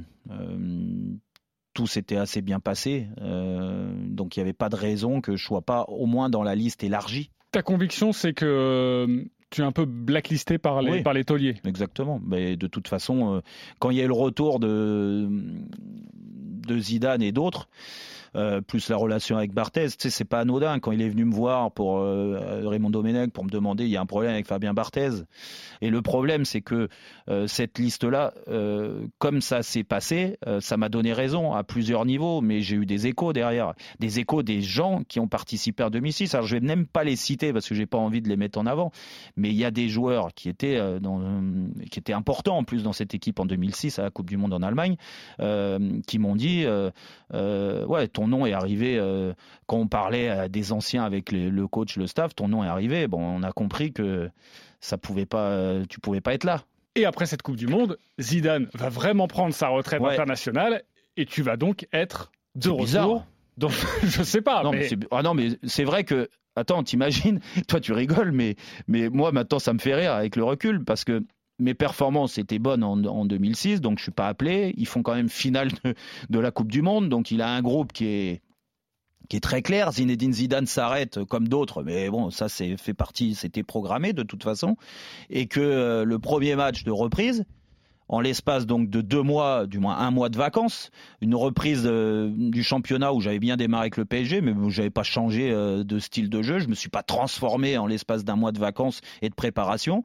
tout s'était assez bien passé, donc il n'y avait pas de raison que je ne sois pas au moins dans la liste élargie. Ta conviction, c'est que tu es un peu blacklisté par les tauliers. Exactement, mais de toute façon, quand il y a eu le retour de Zidane et d'autres, plus la relation avec Barthez, tu sais, c'est pas anodin. Quand il est venu me voir pour Raymond Domenech pour me demander, il y a un problème avec Fabien Barthez. Et le problème, c'est que cette liste-là, comme ça s'est passé, ça m'a donné raison à plusieurs niveaux, mais j'ai eu des échos derrière, des échos des gens qui ont participé en 2006. Alors je vais même pas les citer parce que j'ai pas envie de les mettre en avant, mais il y a des joueurs qui étaient importants en plus dans cette équipe en 2006 à la Coupe du Monde en Allemagne, qui m'ont dit, ouais, ton nom est arrivé, quand on parlait à des anciens avec le coach, le staff, ton nom est arrivé. Bon, on a compris que tu pouvais pas être là. Et après cette Coupe du Monde, Zidane va vraiment prendre sa retraite internationale et tu vas donc être de retour. Donc, je sais pas. Non, mais c'est vrai que, attends, t'imagines, toi tu rigoles, mais moi maintenant ça me fait rire avec le recul, parce que mes performances étaient bonnes en 2006, donc je suis pas appelé. Ils font quand même finale de la Coupe du Monde, donc il a un groupe qui est très clair. Zinedine Zidane s'arrête comme d'autres, mais bon, ça fait partie, c'était programmé de toute façon. Et que le premier match de reprise, en l'espace donc de 2 mois, du moins 1 mois de vacances, une reprise du championnat où j'avais bien démarré avec le PSG, mais où j'avais pas changé de style de jeu, je me suis pas transformé en l'espace d'1 mois de vacances et de préparation.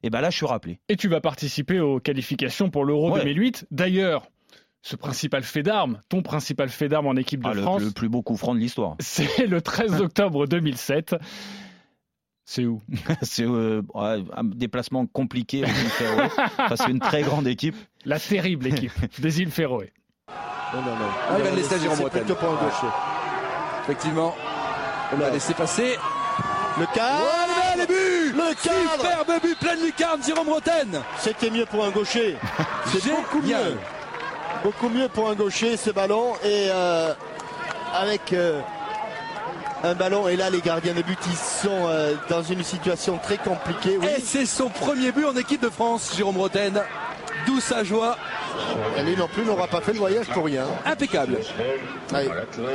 Et ben là, je suis rappelé. Et tu vas participer aux qualifications pour l'Euro 2008. D'ailleurs, ton principal fait d'armes en équipe de France. Le plus beau coup franc de l'histoire. C'est le 13 octobre 2007. C'est où? C'est un déplacement compliqué aux îles Féroé, parce que une très grande équipe. La terrible équipe des îles Féroé. Non. Il va le laisser à Jérôme Bretagne. C'est plutôt pour un gaucher. Effectivement, on va laisser passer. Le cadre. Les buts. Le cadre. Superbe but, pleine lucarne, Jérôme Bretagne. C'était mieux pour un gaucher. C'est beaucoup mieux. Beaucoup mieux pour un gaucher, ce ballon. Et avec un ballon, et là les gardiens de but ils sont dans une situation très compliquée. Oui. Et c'est son premier but en équipe de France, Jérôme Bretagne. D'où sa joie. Et lui non plus n'aura pas fait le voyage pour rien. Impeccable. Allez.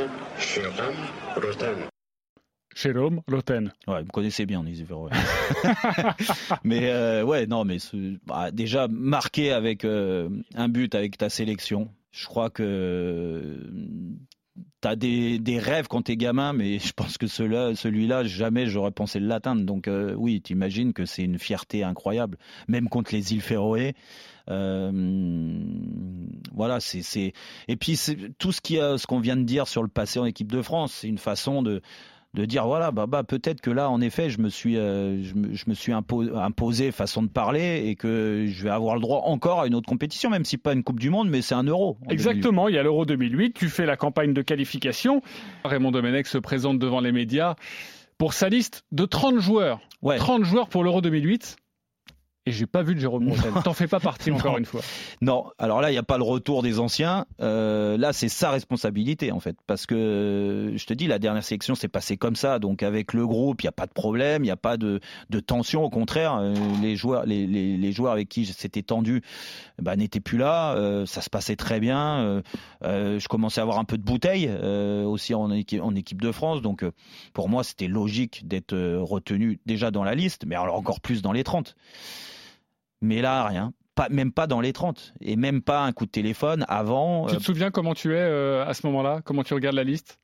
Jérôme Bretagne. Ouais, vous me connaissez bien, les Féroé. Mais déjà marqué avec un but avec ta sélection. Je crois que t'as des rêves quand t'es gamin, mais je pense que celui-là, jamais j'aurais pensé l'atteindre. Donc oui, t'imagines que c'est une fierté incroyable, même contre les îles Féroé. Voilà, c'est et puis c'est tout ce qu'on vient de dire sur le passé en équipe de France, c'est une façon de dire voilà, peut-être que là en effet je me suis imposé façon de parler et que je vais avoir le droit encore à une autre compétition, même si pas une Coupe du Monde, mais c'est un Euro. Exactement, il y a l'Euro 2008, tu fais la campagne de qualification. Raymond Domenech se présente devant les médias pour sa liste de 30 joueurs. 30 joueurs pour l'Euro 2008. Et j'ai pas vu de Jérôme Bretagne. T'en fais pas partie encore une fois. Non, alors là, il n'y a pas le retour des anciens. Là, c'est sa responsabilité, en fait. Parce que, je te dis, la dernière sélection s'est passée comme ça. Donc, avec le groupe, il n'y a pas de problème, il n'y a pas de tension. Au contraire, les joueurs avec qui c'était tendu n'étaient plus là. Ça se passait très bien. Je commençais à avoir un peu de bouteille aussi en équipe de France. Donc, pour moi, c'était logique d'être retenu déjà dans la liste, mais alors encore plus dans les 30. Mais là, rien. Même pas dans les 30. Et même pas un coup de téléphone avant. Tu te souviens comment tu es à ce moment-là? Comment tu regardes la liste?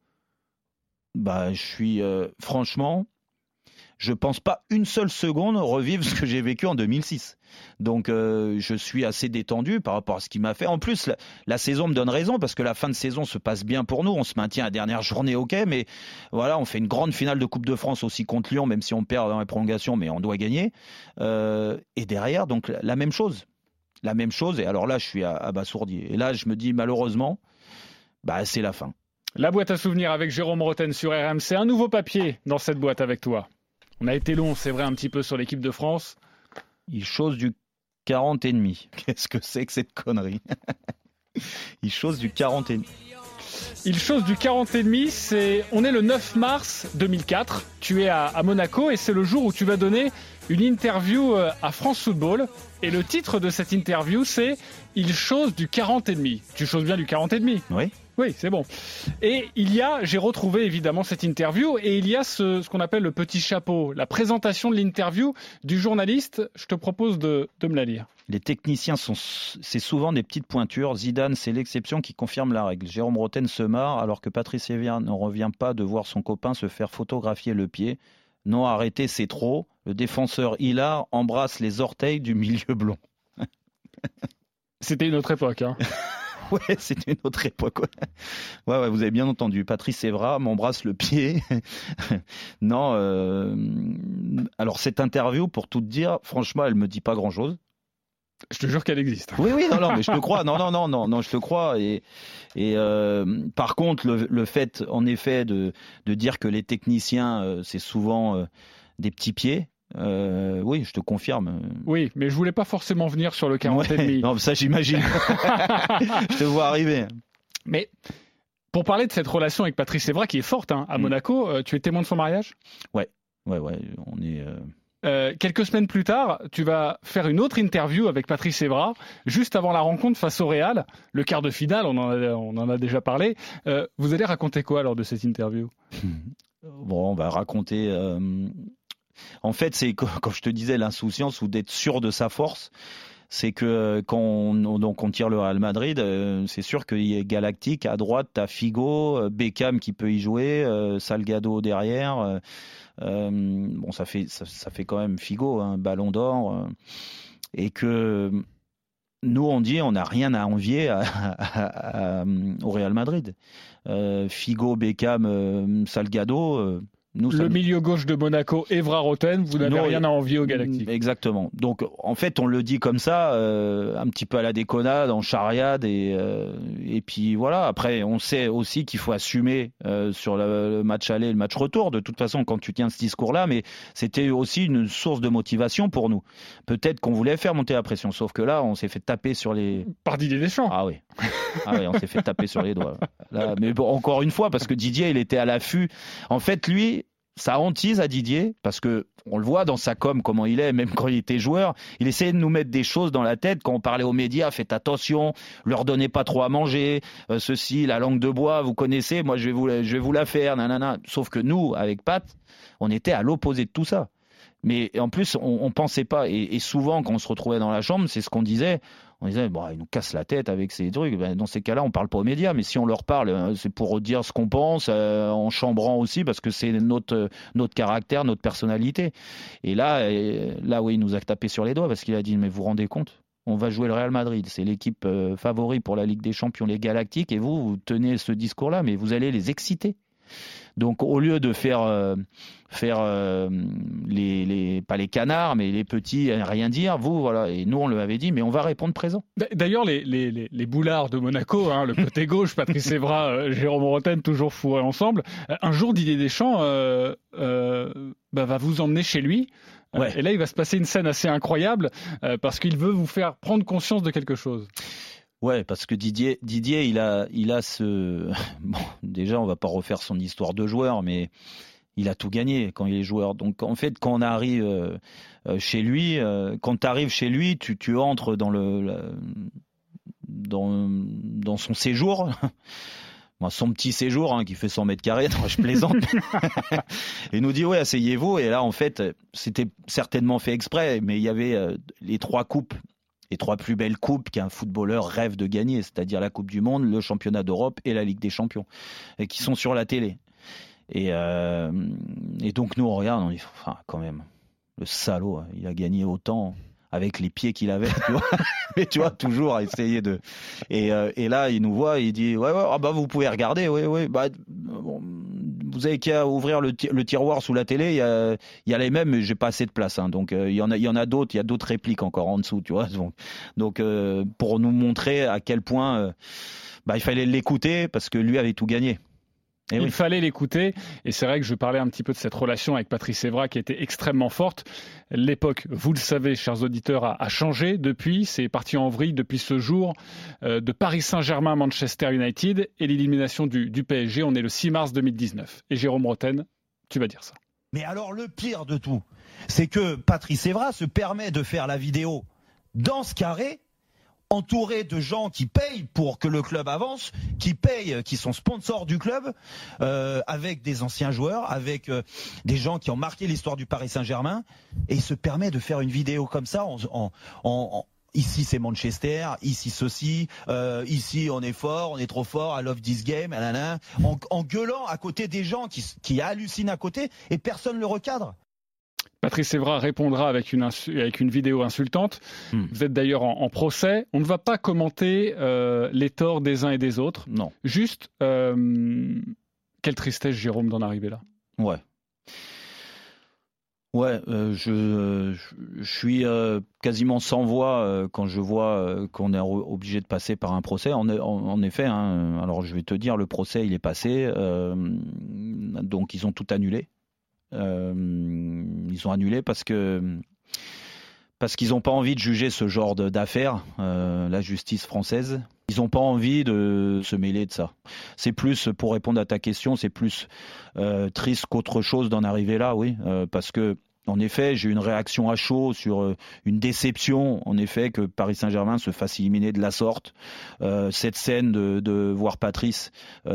Je suis... franchement, je pense pas une seule seconde revivre ce que j'ai vécu en 2006. Donc, je suis assez détendu par rapport à ce qu'il m'a fait. En plus, la saison me donne raison parce que la fin de saison se passe bien pour nous. On se maintient à la dernière journée, ok. Mais voilà, on fait une grande finale de Coupe de France aussi contre Lyon, même si on perd dans les prolongations, mais on doit gagner. Et derrière, donc, la même chose. La même chose. Et alors là, je suis abasourdi. Et là, je me dis, malheureusement, c'est la fin. La boîte à souvenirs avec Jérôme Bretagne sur RMC. Un nouveau papier dans cette boîte avec toi. On a été long, c'est vrai, un petit peu sur l'équipe de France. Il chose du 40,5. Qu'est-ce que c'est que cette connerie? Il chose du 40,5. Il chose du 40,5. On est le 9 mars 2004. Tu es à Monaco et c'est le jour où tu vas donner une interview à France Football. Et le titre de cette interview, c'est « Il chose du 40,5 ». Tu choses bien du 40,5? Oui. Oui, c'est bon. Et j'ai retrouvé évidemment cette interview et il y a ce qu'on appelle le petit chapeau, la présentation de l'interview du journaliste. Je te propose de me la lire. Les techniciens c'est souvent des petites pointures. Zidane, c'est l'exception qui confirme la règle. Jérôme Bretagne se marre alors que Patrice Evra ne revient pas de voir son copain se faire photographier le pied. Non, arrêtez, c'est trop. Le défenseur Hilar embrasse les orteils du milieu blond. C'était une autre époque, hein. Ouais, c'était une autre époque. Ouais, vous avez bien entendu. Patrice Evra m'embrasse le pied. Non. Alors cette interview, pour tout te dire, franchement, elle me dit pas grand-chose. Je te jure qu'elle existe. Oui, non, mais je te crois. Non, je te crois. Et par contre, le fait, en effet, de dire que les techniciens, c'est souvent des petits pieds. Oui, je te confirme. Oui, mais je voulais pas forcément venir sur le 40,5. Non, ça j'imagine. Je te vois arriver. Mais pour parler de cette relation avec Patrice Evra qui est forte à Monaco, tu es témoin de son mariage? Ouais. On est. Quelques semaines plus tard, tu vas faire une autre interview avec Patrice Evra, juste avant la rencontre face au Real, le quart de finale, on en a déjà parlé. Vous allez raconter quoi lors de cette interview? Bon, on va raconter... En fait, c'est quand je te disais l'insouciance ou d'être sûr de sa force, c'est que quand on tire le Real Madrid, c'est sûr qu'il y a Galactique à droite, t'as Figo, Beckham qui peut y jouer, Salgado derrière. Bon, ça fait quand même Figo, un Ballon d'Or, et que nous on dit on n'a rien à envier au Real Madrid. Figo, Beckham, Salgado. Le milieu gauche de Monaco, Evra Roten, vous n'avez rien à envier au Galactique. Exactement. Donc en fait on le dit comme ça, un petit peu à la déconnade, en charriade, et puis voilà. Après on sait aussi qu'il faut assumer sur le match aller et le match retour. De toute façon quand tu tiens ce discours-là, mais c'était aussi une source de motivation pour nous. Peut-être qu'on voulait faire monter la pression, sauf que là on s'est fait taper sur les... Par Didier Deschamps. Ah oui, on s'est fait taper sur les doigts. Là, mais bon, encore une fois, parce que Didier il était à l'affût. En fait lui, ça hantise à Didier, parce que on le voit dans sa com comment il est, même quand il était joueur, il essayait de nous mettre des choses dans la tête quand on parlait aux médias, faites attention, leur donnez pas trop à manger, ceci, la langue de bois, vous connaissez, moi je vais vous la faire, nanana. Sauf que nous, avec Pat, on était à l'opposé de tout ça. Mais en plus, on pensait pas, et souvent quand on se retrouvait dans la chambre, c'est ce qu'on disait. On disait, bon, il nous casse la tête avec ces trucs. Ben, dans ces cas-là, on parle pas aux médias, mais si on leur parle, c'est pour dire ce qu'on pense, en chambrant aussi, parce que c'est notre caractère, notre personnalité. Et là, oui, il nous a tapé sur les doigts, parce qu'il a dit, mais vous vous rendez compte ? On va jouer le Real Madrid, c'est l'équipe favorite pour la Ligue des Champions, les Galactiques, et vous tenez ce discours-là, mais vous allez les exciter. Donc au lieu de faire pas les canards, mais les petits rien dire, vous voilà. Et nous on le avait dit, mais on va répondre présent. D'ailleurs les boulards de Monaco, le côté gauche, Patrice Evra, Jérôme Roten, toujours fourrés ensemble. Un jour Didier Deschamps va vous emmener chez lui. Ouais. Et là il va se passer une scène assez incroyable parce qu'il veut vous faire prendre conscience de quelque chose. Ouais, parce que Didier, il a ce... Bon, déjà, on va pas refaire son histoire de joueur, mais il a tout gagné quand il est joueur. Donc, en fait, quand on arrive chez lui, quand tu arrives chez lui, tu entres dans son séjour. Son petit séjour qui fait 100 mètres carrés, je plaisante. Et nous dit, ouais, asseyez-vous. Et là, en fait, c'était certainement fait exprès, mais il y avait les 3 coupes. Les 3 plus belles coupes qu'un footballeur rêve de gagner, c'est-à-dire la Coupe du Monde, le Championnat d'Europe et la Ligue des Champions, et qui sont sur la télé. Et donc nous on regarde, on dit, enfin quand même, le salaud, il a gagné autant avec les pieds qu'il avait, tu vois. Mais tu vois, toujours à essayer de... Et là, il nous voit, il dit, ouais, vous pouvez regarder, bon, vous avez qu'à ouvrir le tiroir sous la télé, il y a les mêmes, mais j'ai pas assez de place, donc il y en a d'autres, il y a d'autres répliques encore en dessous, tu vois. Donc pour nous montrer à quel point il fallait l'écouter, parce que lui avait tout gagné. Il fallait l'écouter, et c'est vrai que je parlais un petit peu de cette relation avec Patrice Evra qui était extrêmement forte. L'époque, vous le savez, chers auditeurs, a changé depuis. C'est parti en vrille depuis ce jour de Paris Saint-Germain, Manchester United et l'élimination du PSG. On est le 6 mars 2019. Et Jérôme Roten, tu vas dire ça. Mais alors le pire de tout, c'est que Patrice Evra se permet de faire la vidéo dans ce carré, entouré de gens qui payent pour que le club avance, qui sont sponsors du club, avec des anciens joueurs, avec des gens qui ont marqué l'histoire du Paris Saint-Germain, et il se permet de faire une vidéo comme ça ici c'est Manchester, ici ceci, ici on est fort, on est trop fort, I love this game, en gueulant à côté des gens qui hallucinent à côté, et personne ne le recadre. Patrice Evra répondra avec une vidéo insultante. Vous êtes d'ailleurs en procès. On ne va pas commenter les torts des uns et des autres. Non. Juste, quelle tristesse, Jérôme, d'en arriver là. Ouais. Ouais, je suis quasiment sans voix quand je vois qu'on est obligé de passer par un procès. En effet, alors je vais te dire, le procès, il est passé. Donc, ils ont tout annulé. Ils ont annulé parce qu'ils n'ont pas envie de juger ce genre d'affaires, la justice française. Ils n'ont pas envie de se mêler de ça. C'est plus, pour répondre à ta question, c'est plus triste qu'autre chose d'en arriver là, oui, parce que En effet, j'ai eu une réaction à chaud sur une déception, en effet, que Paris Saint-Germain se fasse éliminer de la sorte. Cette scène de voir Patrice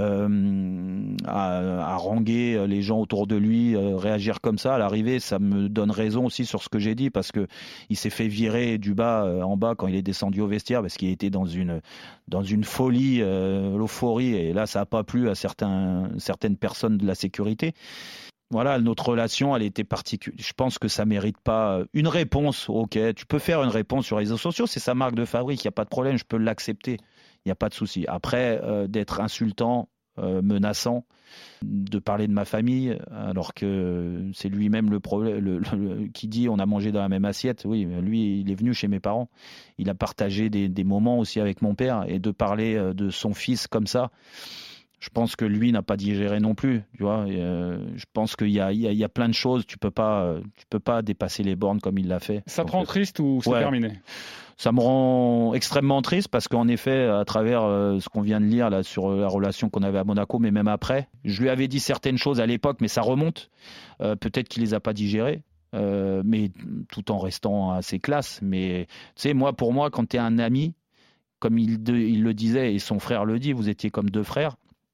haranguer les gens autour de lui, réagir comme ça à l'arrivée, ça me donne raison aussi sur ce que j'ai dit, parce que il s'est fait virer du bas en bas quand il est descendu au vestiaire, parce qu'il était dans une folie, l'euphorie, et là ça n'a pas plu à certaines personnes de la sécurité. Voilà, notre relation, elle était particulière. Je pense que ça mérite pas une réponse. Ok, tu peux faire une réponse sur les réseaux sociaux, c'est sa marque de fabrique, il n'y a pas de problème, je peux l'accepter, il n'y a pas de souci. Après, d'être insultant, menaçant, de parler de ma famille, alors que c'est lui-même le problème, qui dit on a mangé dans la même assiette. Oui, lui, il est venu chez mes parents, il a partagé des moments aussi avec mon père, et de parler de son fils comme ça, je pense que lui n'a pas digéré non plus, tu vois. Je pense qu'il y a plein de choses. Tu peux pas dépasser les bornes comme il l'a fait. Ça te rend triste ou c'est terminé ? Ça me rend extrêmement triste parce qu'en effet, à travers ce qu'on vient de lire là sur la relation qu'on avait à Monaco, mais même après, je lui avais dit certaines choses à l'époque, mais ça remonte. Peut-être qu'il les a pas digérées. Mais tout en restant assez classe. Mais tu sais, pour moi, quand tu es un ami, comme il le disait et son frère le dit, vous étiez comme deux frères.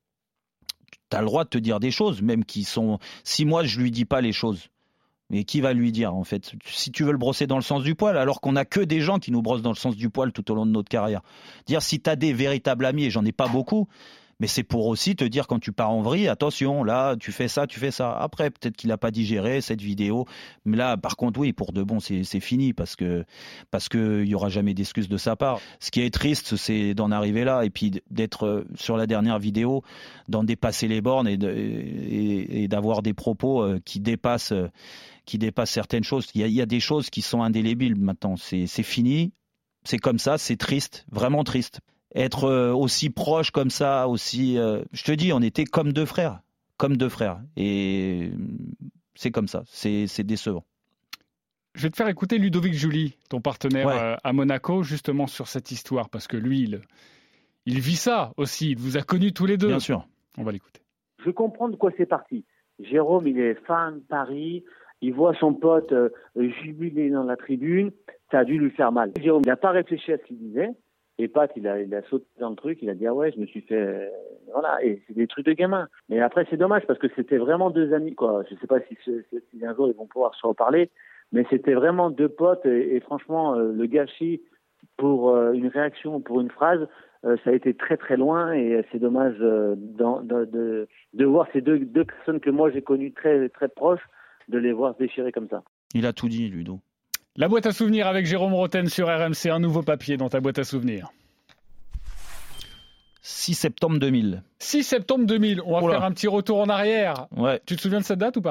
T'as le droit de te dire des choses, même qui sont... Si moi, je lui dis pas les choses, mais qui va lui dire, en fait ? Si tu veux le brosser dans le sens du poil, alors qu'on a que des gens qui nous brossent dans le sens du poil tout au long de notre carrière. Dire si t'as des véritables amis, et j'en ai pas beaucoup, mais c'est pour aussi te dire quand tu pars en vrille, attention, là, tu fais ça. Après, peut-être qu'il a pas digéré cette vidéo, mais là, par contre, oui, pour de bon, c'est fini, parce que il y aura jamais d'excuses de sa part. Ce qui est triste, c'est d'en arriver là, et puis d'être sur la dernière vidéo, d'en dépasser les bornes et d'avoir des propos qui dépassent certaines choses. Il y a des choses qui sont indélébiles maintenant. C'est fini, c'est comme ça, c'est triste, vraiment triste. Être aussi proche comme ça, aussi... je te dis, on était comme deux frères. Et c'est comme ça, c'est décevant. Je vais te faire écouter Ludovic Jouli, ton partenaire à Monaco, justement sur cette histoire, parce que lui, il vit ça aussi, il vous a connus tous les deux. Bien sûr. On va l'écouter. Je comprends de quoi c'est parti. Jérôme, il est fan de Paris, il voit son pote jubiler dans la tribune, ça a dû lui faire mal. Jérôme, il n'a pas réfléchi à ce qu'il disait. Et Pat, il a sauté dans le truc, il a dit ah ouais, je me suis fait voilà, et c'est des trucs de gamin. Mais après c'est dommage parce que c'était vraiment deux amis quoi. Je sais pas si un jour ils vont pouvoir se reparler, mais c'était vraiment deux potes et franchement le gâchis pour une réaction, pour une phrase, ça a été très très loin et c'est dommage de voir ces deux personnes que moi j'ai connues très très proches, de les voir se déchirer comme ça. Il a tout dit, Ludo. La boîte à souvenirs avec Jérôme Rotten sur RMC, un nouveau papier dans ta boîte à souvenirs. 6 septembre 2000. 6 septembre 2000, on va faire un petit retour en arrière. Ouais. Tu te souviens de cette date ou pas ?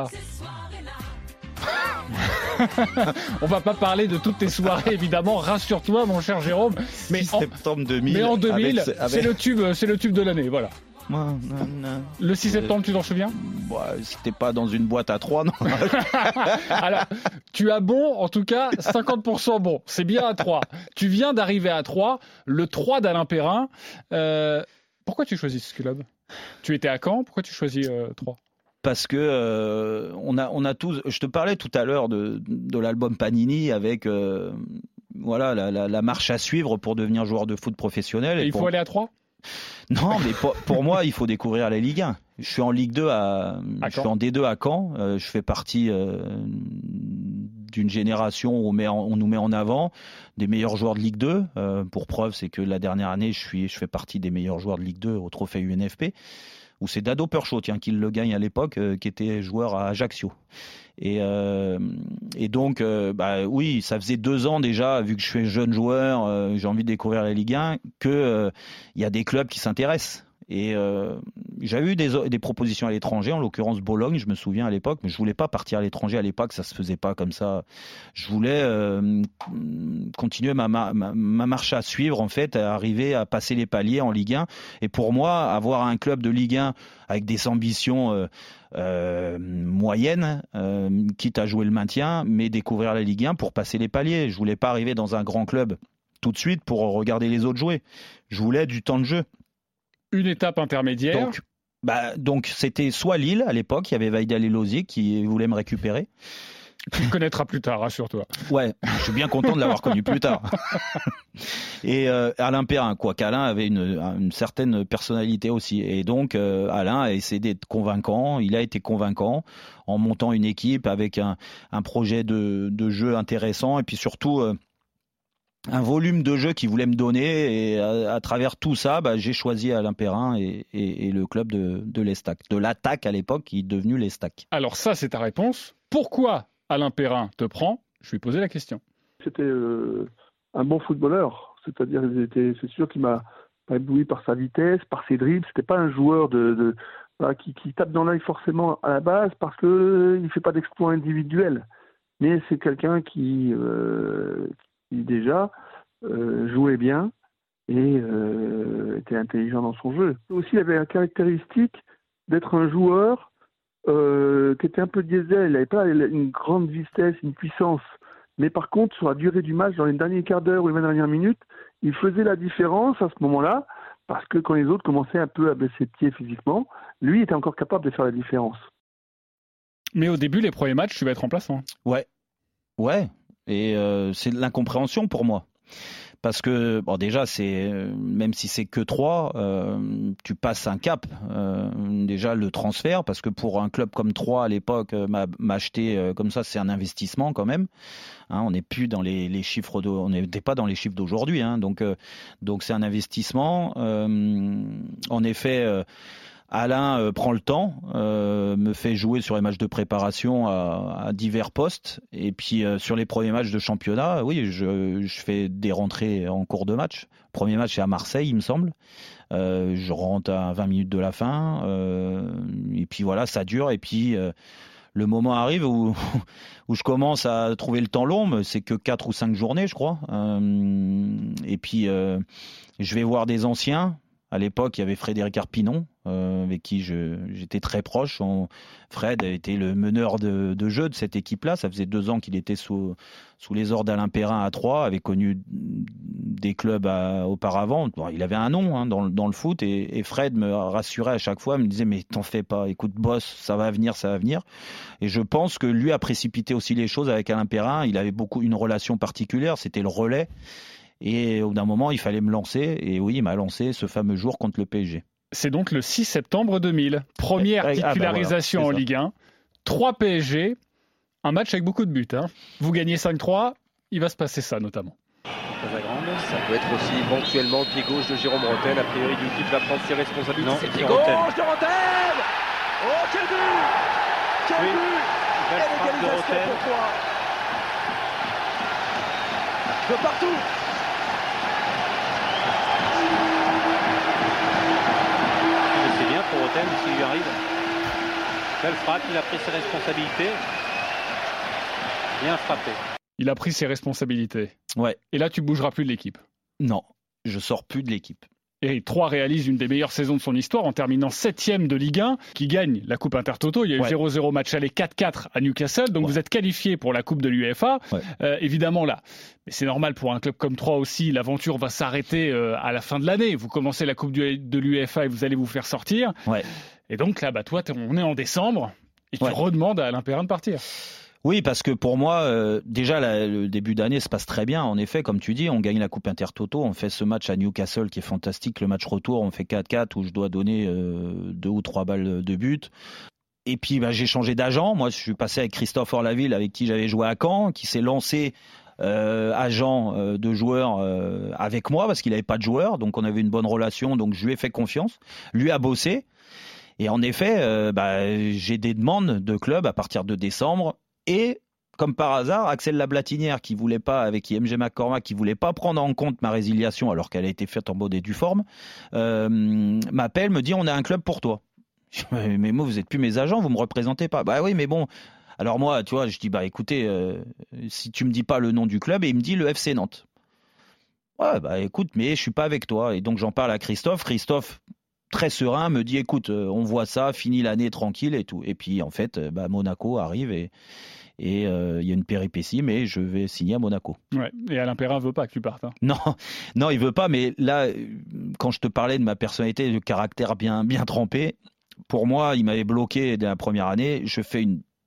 On va pas parler de toutes tes soirées, évidemment, rassure-toi mon cher Jérôme. Mais 6 septembre 2000. Mais en 2000, c'est le tube de l'année, voilà. Le 6 septembre, tu t'en souviens ? C'était pas dans une boîte à 3, non. Alors, tu as bon, en tout cas, 50% bon. C'est bien à 3. Tu viens d'arriver à 3, le 3 d'Alain Perrin. Pourquoi tu choisis ce club ? Tu étais à Caen, pourquoi tu choisis 3 ? Parce que on a tous. Je te parlais tout à l'heure de l'album Panini avec la marche à suivre pour devenir joueur de foot professionnel. Et il faut aller à 3 ? Non, mais pour moi, il faut découvrir la Ligue 1. Je suis en Ligue 2 je suis en D2 à Caen. Je fais partie d'une génération où on nous met en avant des meilleurs joueurs de Ligue 2. Pour preuve, c'est que la dernière année, je fais partie des meilleurs joueurs de Ligue 2 au trophée UNFP. Où c'est Dado Perchaud, qui le gagne à l'époque, qui était joueur à Ajaccio. Et donc, oui, ça faisait 2 ans déjà, vu que je suis jeune joueur, j'ai envie de découvrir la Ligue 1, que y a des clubs qui s'intéressent. Et j'avais eu des propositions à l'étranger, en l'occurrence Bologne, je me souviens à l'époque, mais je voulais pas partir à l'étranger à l'époque, ça se faisait pas comme ça. Je voulais continuer ma marche à suivre, en fait, à arriver à passer les paliers en Ligue 1. Et pour moi, avoir un club de Ligue 1 avec des ambitions moyennes, quitte à jouer le maintien, mais découvrir la Ligue 1 pour passer les paliers. Je voulais pas arriver dans un grand club tout de suite pour regarder les autres jouer. Je voulais du temps de jeu. Une étape intermédiaire. Donc c'était soit Lille à l'époque, il y avait Vaidal et Lozic qui voulaient me récupérer. Tu le connaîtras plus tard, rassure-toi. Ouais, je suis bien content de l'avoir connu plus tard. Et Alain Perrin, quoi qu'Alain avait une certaine personnalité aussi. Et donc, Alain a essayé d'être convaincant. Il a été convaincant en montant une équipe avec un projet de jeu intéressant et puis surtout un volume de jeu qu'il voulait me donner. Et à travers tout ça, j'ai choisi Alain Perrin et le club de l'Estac. De l'Attaque à l'époque, qui est devenu l'Estac. Alors ça, c'est ta réponse. Pourquoi Alain Perrin te prend? Je lui ai posé la question. C'était un bon footballeur. C'est-à-dire, c'est sûr qu'il m'a pas ébloui par sa vitesse, par ses dribbles. C'était pas un joueur qui tape dans l'œil forcément à la base parce qu'il ne fait pas d'exploits individuels. Mais c'est quelqu'un qui déjà jouait bien et était intelligent dans son jeu. Aussi, il avait la caractéristique d'être un joueur qui était un peu diesel. Il n'avait pas une grande vitesse, une puissance. Mais par contre, sur la durée du match, dans les derniers quarts d'heure ou les 20 dernières minutes, il faisait la différence à ce moment-là, parce que quand les autres commençaient un peu à baisser le pied physiquement, lui était encore capable de faire la différence. Mais au début, les premiers matchs, tu vas être remplaçant. Ouais. Et c'est de l'incompréhension pour moi. Parce que, déjà, même si c'est que 3, tu passes un cap. Déjà, le transfert, parce que pour un club comme 3 à l'époque, m'acheter comme ça, c'est un investissement quand même. On n'est plus dans les chiffres, on n'était pas dans les chiffres d'aujourd'hui. Donc c'est un investissement. En effet, Alain prend le temps, me fait jouer sur les matchs de préparation à divers postes. Et puis sur les premiers matchs de championnat, oui, je fais des rentrées en cours de match. Premier match, c'est à Marseille, il me semble. Je rentre à 20 minutes de la fin. Et puis voilà, ça dure. Et puis le moment arrive où je commence à trouver le temps long. C'est que 4 ou 5 journées, je crois. Et puis je vais voir des anciens. À l'époque, il y avait Frédéric Arpinon, avec qui j'étais très proche. Fred était le meneur de jeu de cette équipe-là. Ça faisait 2 ans qu'il était sous les ordres d'Alain Perrin à 3, avait connu des clubs auparavant. Il avait un nom dans le foot et Fred me rassurait à chaque fois, me disait « mais t'en fais pas, écoute boss, ça va venir. » Et je pense que lui a précipité aussi les choses avec Alain Perrin. Il avait une relation particulière, c'était le relais. Et au bout d'un moment, il fallait me lancer. Et oui, il m'a lancé ce fameux jour contre le PSG. C'est donc le 6 septembre 2000. Première titularisation en Ligue 1. 3 PSG. Un match avec beaucoup de buts. Vous gagnez 5-3. Il va se passer ça, notamment. Ça peut être aussi éventuellement le pied gauche de Jérôme Rotten. A priori, du type va prendre ses responsabilités. Non, c'est le pied gauche de Rotten. Oh, quel but! Quel but! Quelle égalisation pour toi! De partout! C'est bien pour Rotten, s'il lui arrive. Belle frappe, il a pris ses responsabilités. Bien frappé. Il a pris ses responsabilités. Ouais. Et là, tu bougeras plus de l'équipe. Non, je sors plus de l'équipe. Et 3 réalise une des meilleures saisons de son histoire en terminant 7e de Ligue 1, qui gagne la Coupe Intertoto. Il y a eu 0-0 match aller, 4-4 à Newcastle. Donc vous êtes qualifié pour la Coupe de l'UEFA. Évidemment là, mais c'est normal pour un club comme 3 aussi, l'aventure va s'arrêter à la fin de l'année. Vous commencez la Coupe de l'UEFA et vous allez vous faire sortir. Et donc là, toi, on est en décembre et tu redemandes à Alain Perrin de partir. Oui, parce que pour moi, déjà, le début d'année se passe très bien. En effet, comme tu dis, on gagne la Coupe Intertoto. On fait ce match à Newcastle qui est fantastique. Le match retour, on fait 4-4 où je dois donner 2 ou 3 balles de but. Et puis, j'ai changé d'agent. Moi, je suis passé avec Christophe Orlaville, avec qui j'avais joué à Caen, qui s'est lancé agent de joueur avec moi parce qu'il n'avait pas de joueur. Donc, on avait une bonne relation. Donc, je lui ai fait confiance. Lui a bossé. Et en effet, j'ai des demandes de clubs à partir de décembre. Et comme par hasard, Axel Lablatinière, qui voulait pas, avec IMG McCormack, qui voulait pas prendre en compte ma résiliation alors qu'elle a été faite en bonne et due forme, m'appelle, me dit on a un club pour toi. Mais moi vous êtes plus mes agents, vous me représentez pas. Bah oui, mais bon. Alors moi, tu vois, je dis écoutez, si tu me dis pas le nom du club, et il me dit le FC Nantes. Ouais, écoute, mais je suis pas avec toi. Et donc j'en parle à Christophe. Christophe, très serein, me dit écoute, on voit ça, fini l'année tranquille et tout. Et puis en fait, Monaco arrive et il y a une péripétie, mais je vais signer à Monaco. Ouais. Et Alain Perrin veut pas que tu partes. Non, il veut pas. Mais là, quand je te parlais de ma personnalité, de caractère bien trempé, pour moi, il m'avait bloqué dès la première année. Je fais une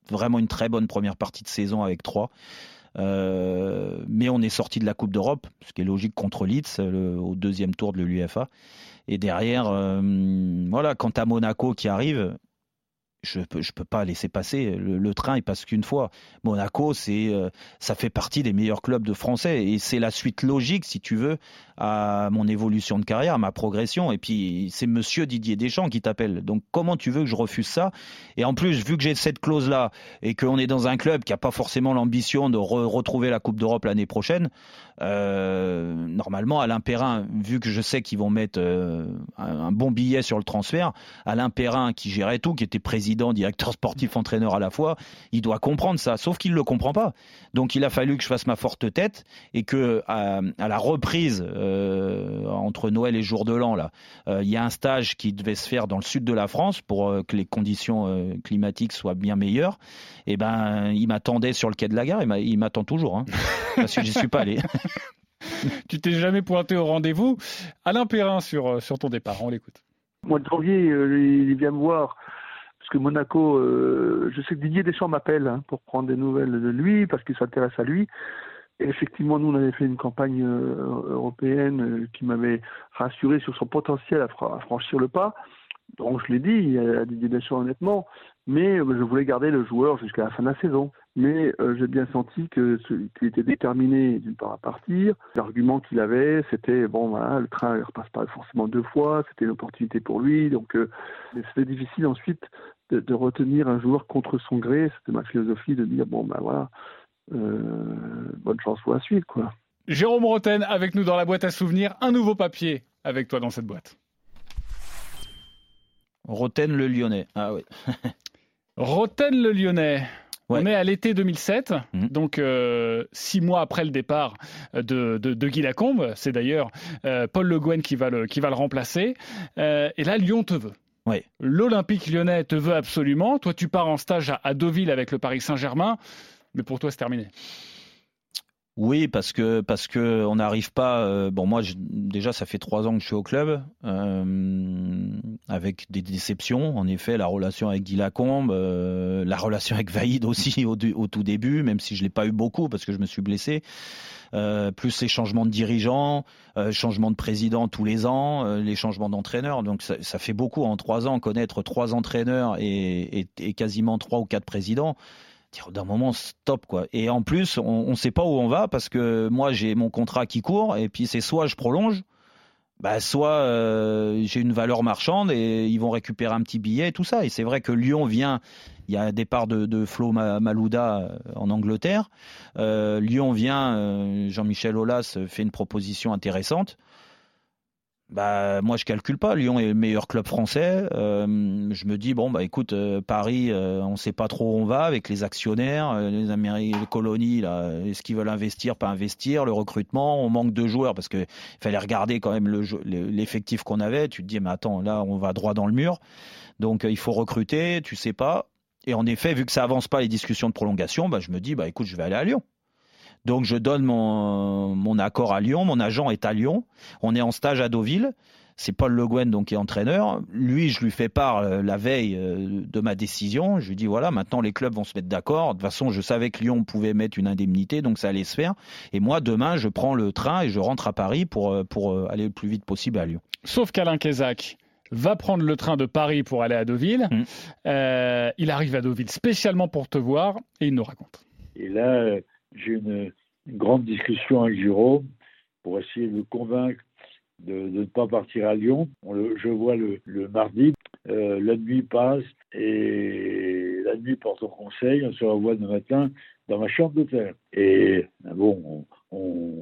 vraiment une très bonne première partie de saison avec 3. Mais on est sorti de la Coupe d'Europe, ce qui est logique contre Leeds au deuxième tour de l'UEFA. Et derrière, voilà, quand t'as Monaco qui arrive, je peux pas laisser passer. Le train, il passe qu'une fois. Monaco, ça fait partie des meilleurs clubs de Français et c'est la suite logique, si tu veux, à mon évolution de carrière, à ma progression. Et puis, c'est monsieur Didier Deschamps qui t'appelle. Donc, comment tu veux que je refuse ça? Et en plus, vu que j'ai cette clause-là et qu'on est dans un club qui n'a pas forcément l'ambition de retrouver la Coupe d'Europe l'année prochaine, normalement, Alain Perrin, vu que je sais qu'ils vont mettre un bon billet sur le transfert, Alain Perrin, qui gérait tout, qui était président, directeur sportif, entraîneur à la fois, il doit comprendre ça, sauf qu'il ne le comprend pas. Donc il a fallu que je fasse ma forte tête et que à la reprise entre Noël et Jour de l'An, là, il y a un stage qui devait se faire dans le sud de la France pour que les conditions climatiques soient bien meilleures. Et ben, il m'attendait sur le quai de la gare, et il m'attend toujours, hein, parce que j'y suis pas allé. Tu t'es jamais pointé au rendez-vous. Alain Perrin sur ton départ, on l'écoute. Au mois de janvier, il vient me voir. Parce que Monaco, je sais que Didier Deschamps m'appelle pour prendre des nouvelles de lui, parce qu'il s'intéresse à lui. Et effectivement, nous, on avait fait une campagne européenne qui m'avait rassuré sur son potentiel à franchir le pas. Donc, je l'ai dit à Didier Deschamps, honnêtement. Mais je voulais garder le joueur jusqu'à la fin de la saison. Mais j'ai bien senti qu'il était déterminé, d'une part, à partir. L'argument qu'il avait, c'était, bon, voilà, le train ne repasse pas forcément 2 fois. C'était une opportunité pour lui. Donc, c'était difficile ensuite de retenir un joueur contre son gré. C'était ma philosophie de dire, bon, ben voilà, bonne chance pour la suite, quoi. Jérôme Rotten avec nous dans la boîte à souvenirs. Un nouveau papier avec toi dans cette boîte. Rotten le Lyonnais. Ah oui. Rotten le Lyonnais. Ouais. On est à l'été 2007, donc 6 mois après le départ de Guy Lacombe. C'est d'ailleurs Paul Le Guen qui va le remplacer. Et là, Lyon te veut. Ouais. L'Olympique lyonnais te veut absolument. Toi, tu pars en stage à Deauville avec le Paris Saint-Germain. Mais pour toi, c'est terminé. Oui, parce que on n'arrive pas. Bon, moi, déjà, ça fait 3 ans que je suis au club, avec des déceptions. En effet, la relation avec Guy Lacombe, la relation avec Vaïd aussi au tout début, même si je l'ai pas eu beaucoup parce que je me suis blessé. Plus les changements de dirigeants, changements de président tous les ans, les changements d'entraîneurs. Donc ça fait beaucoup en 3 ans, connaître 3 entraîneurs et quasiment 3 ou 4 présidents. D'un moment, stop, quoi. Et en plus, on sait pas où on va parce que moi, j'ai mon contrat qui court et puis c'est soit je prolonge, soit j'ai une valeur marchande et ils vont récupérer un petit billet et tout ça. Et c'est vrai que Lyon vient, il y a un départ de Flo Malouda en Angleterre. Lyon vient, Jean-Michel Aulas fait une proposition intéressante. Moi je calcule pas, Lyon est le meilleur club français. Je me dis écoute, Paris, on sait pas trop où on va avec les actionnaires, les Américains, les colonies là, est-ce qu'ils veulent investir, pas investir, le recrutement, on manque de joueurs parce que il fallait regarder quand même l'effectif qu'on avait. Tu te dis mais attends, là on va droit dans le mur. Donc il faut recruter, tu sais pas. Et en effet, vu que ça avance pas les discussions de prolongation, je me dis écoute, je vais aller à Lyon. Donc je donne mon accord à Lyon, mon agent est à Lyon, on est en stage à Deauville, c'est Paul Le Guen donc qui est entraîneur, lui je lui fais part la veille de ma décision, je lui dis voilà maintenant les clubs vont se mettre d'accord, de toute façon je savais que Lyon pouvait mettre une indemnité donc ça allait se faire, et moi demain je prends le train et je rentre à Paris pour aller le plus vite possible à Lyon. Sauf qu'Alain Kézak va prendre le train de Paris pour aller à Deauville, il arrive à Deauville spécialement pour te voir et il nous raconte. Et là... j'ai une grande discussion avec Jérôme pour essayer de le convaincre de ne pas partir à Lyon. Je vois le mardi, la nuit passe et la nuit porte au conseil, on se revoit le matin dans ma chambre d'hôtel. Et on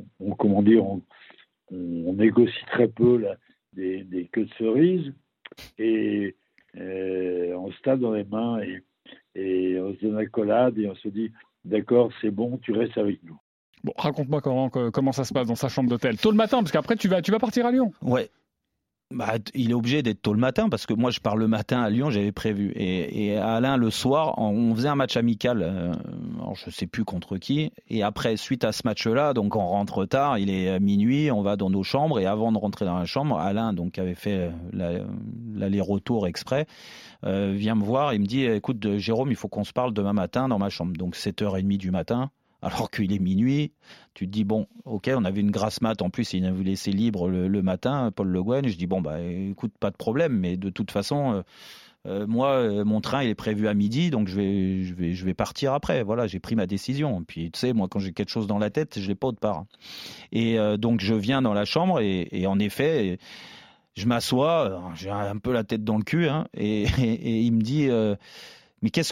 négocie très peu là, des queues de cerises et on se tape dans les mains et on se donne accolade et on se dit d'accord, c'est bon, tu restes avec nous. Bon, raconte-moi comment ça se passe dans sa chambre d'hôtel. Tôt le matin, parce qu'après, tu vas partir à Lyon. Ouais. Il est obligé d'être tôt le matin, parce que moi, je pars le matin à Lyon, j'avais prévu. Et Alain, le soir, on faisait un match amical alors je sais plus contre qui. Et après, suite à ce match-là, donc on rentre tard, il est minuit, on va dans nos chambres. Et avant de rentrer dans la chambre, Alain, donc qui avait fait l'aller-retour exprès, vient me voir et me dit, écoute Jérôme, il faut qu'on se parle demain matin dans ma chambre. Donc 7h30 du matin. Alors qu'il est minuit, tu te dis, bon, ok, on avait une grasse mat, en plus, il nous avait laissé libre le matin, Paul Le Guen. Je dis, bon, bah, écoute, pas de problème, mais de toute façon, moi, mon train, il est prévu à midi, donc je vais partir après. Voilà, j'ai pris ma décision. Puis, tu sais, moi, quand j'ai quelque chose dans la tête, je l'ai pas autre part. Et donc, je viens dans la chambre, et en effet, je m'assois, j'ai un peu la tête dans le cul, hein, et il me dit... mais qu'est-ce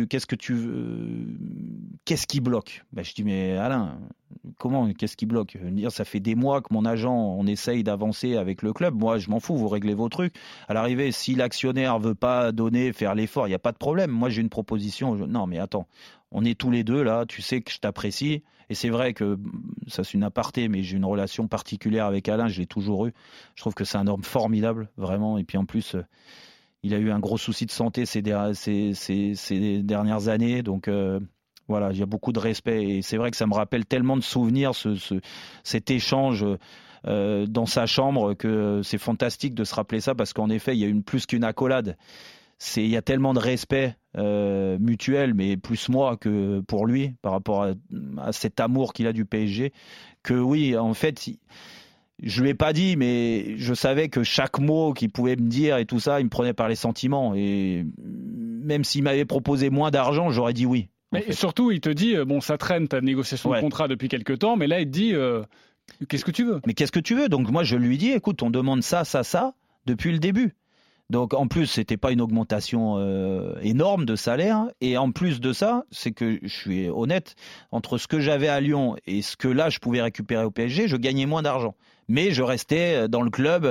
qui bloque? Je dis, mais Alain, qu'est-ce qui bloque? Ça fait des mois que mon agent, on essaye d'avancer avec le club. Moi, je m'en fous, vous réglez vos trucs. À l'arrivée, si l'actionnaire veut pas donner, faire l'effort, il n'y a pas de problème. Moi, j'ai une proposition. Non, mais attends, on est tous les deux là, tu sais que je t'apprécie. Et c'est vrai que, ça c'est une aparté, mais j'ai une relation particulière avec Alain, je l'ai toujours eu. Je trouve que c'est un homme formidable, vraiment. Et puis en plus... il a eu un gros souci de santé ces dernières années, donc voilà, il y a beaucoup de respect. Et c'est vrai que ça me rappelle tellement de souvenirs, cet échange dans sa chambre, que c'est fantastique de se rappeler ça, parce qu'en effet, il y a eu plus qu'une accolade. Il y a tellement de respect mutuel, mais plus moi que pour lui, par rapport à cet amour qu'il a du PSG, que oui, en fait... je lui ai pas dit, mais je savais que chaque mot qu'il pouvait me dire et tout ça, il me prenait par les sentiments. Et même s'il m'avait proposé moins d'argent, j'aurais dit oui. Mais surtout, il te dit, bon, ça traîne ta négociation de contrat depuis quelques temps, mais là, il te dit, qu'est-ce que tu veux? Mais qu'est-ce que tu veux? Donc moi, je lui dis, écoute, on demande ça depuis le début. Donc en plus, c'était pas une augmentation énorme de salaire. Et en plus de ça, c'est que je suis honnête, entre ce que j'avais à Lyon et ce que là, je pouvais récupérer au PSG, je gagnais moins d'argent. Mais je restais dans le club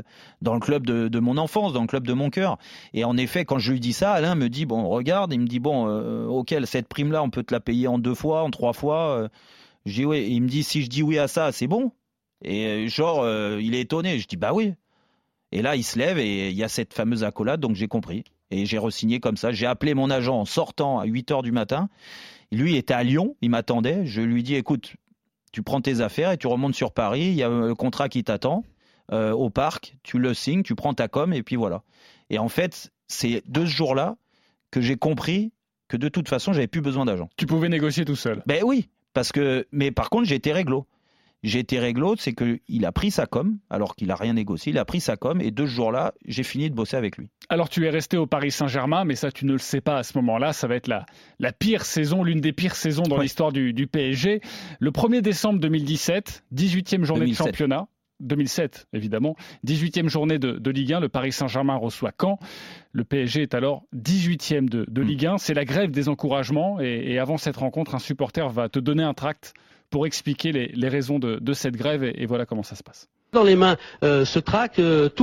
de mon enfance, dans le club de mon cœur. Et en effet, quand je lui dis ça, Alain me dit, bon, regarde, il me dit, bon, ok, cette prime-là, on peut te la payer en 2 fois, en 3 fois. Je dis oui. Et il me dit, si je dis oui à ça, c'est bon? Et il est étonné. Je dis, bah oui. Et là, il se lève et il y a cette fameuse accolade, donc j'ai compris. Et j'ai re-signé comme ça. J'ai appelé mon agent en sortant à 8h du matin. Lui, il était à Lyon, il m'attendait. Je lui dis, écoute, tu prends tes affaires et tu remontes sur Paris. Il y a le contrat qui t'attend au parc. Tu le signes, tu prends ta com et puis voilà. Et en fait, c'est de ce jour-là que j'ai compris que de toute façon, j'avais plus besoin d'agent. Tu pouvais négocier tout seul. Ben oui, mais par contre, j'ai été réglo. C'est qu'il a pris sa com, alors qu'il n'a rien négocié. Il a pris sa com et de ce jour-là, j'ai fini de bosser avec lui. Alors tu es resté au Paris Saint-Germain, mais ça tu ne le sais pas à ce moment-là. Ça va être la pire saison, l'une des pires saisons dans l'histoire du PSG. Le 1er décembre 2017, 18e journée de championnat. 2007, évidemment. 18e journée de Ligue 1. Le Paris Saint-Germain reçoit Caen. Le PSG est alors 18e de Ligue 1. C'est la grève des encouragements. Et avant cette rencontre, un supporter va te donner un tract pour expliquer les raisons de cette grève. Et voilà comment ça se passe. Dans les mains ce tract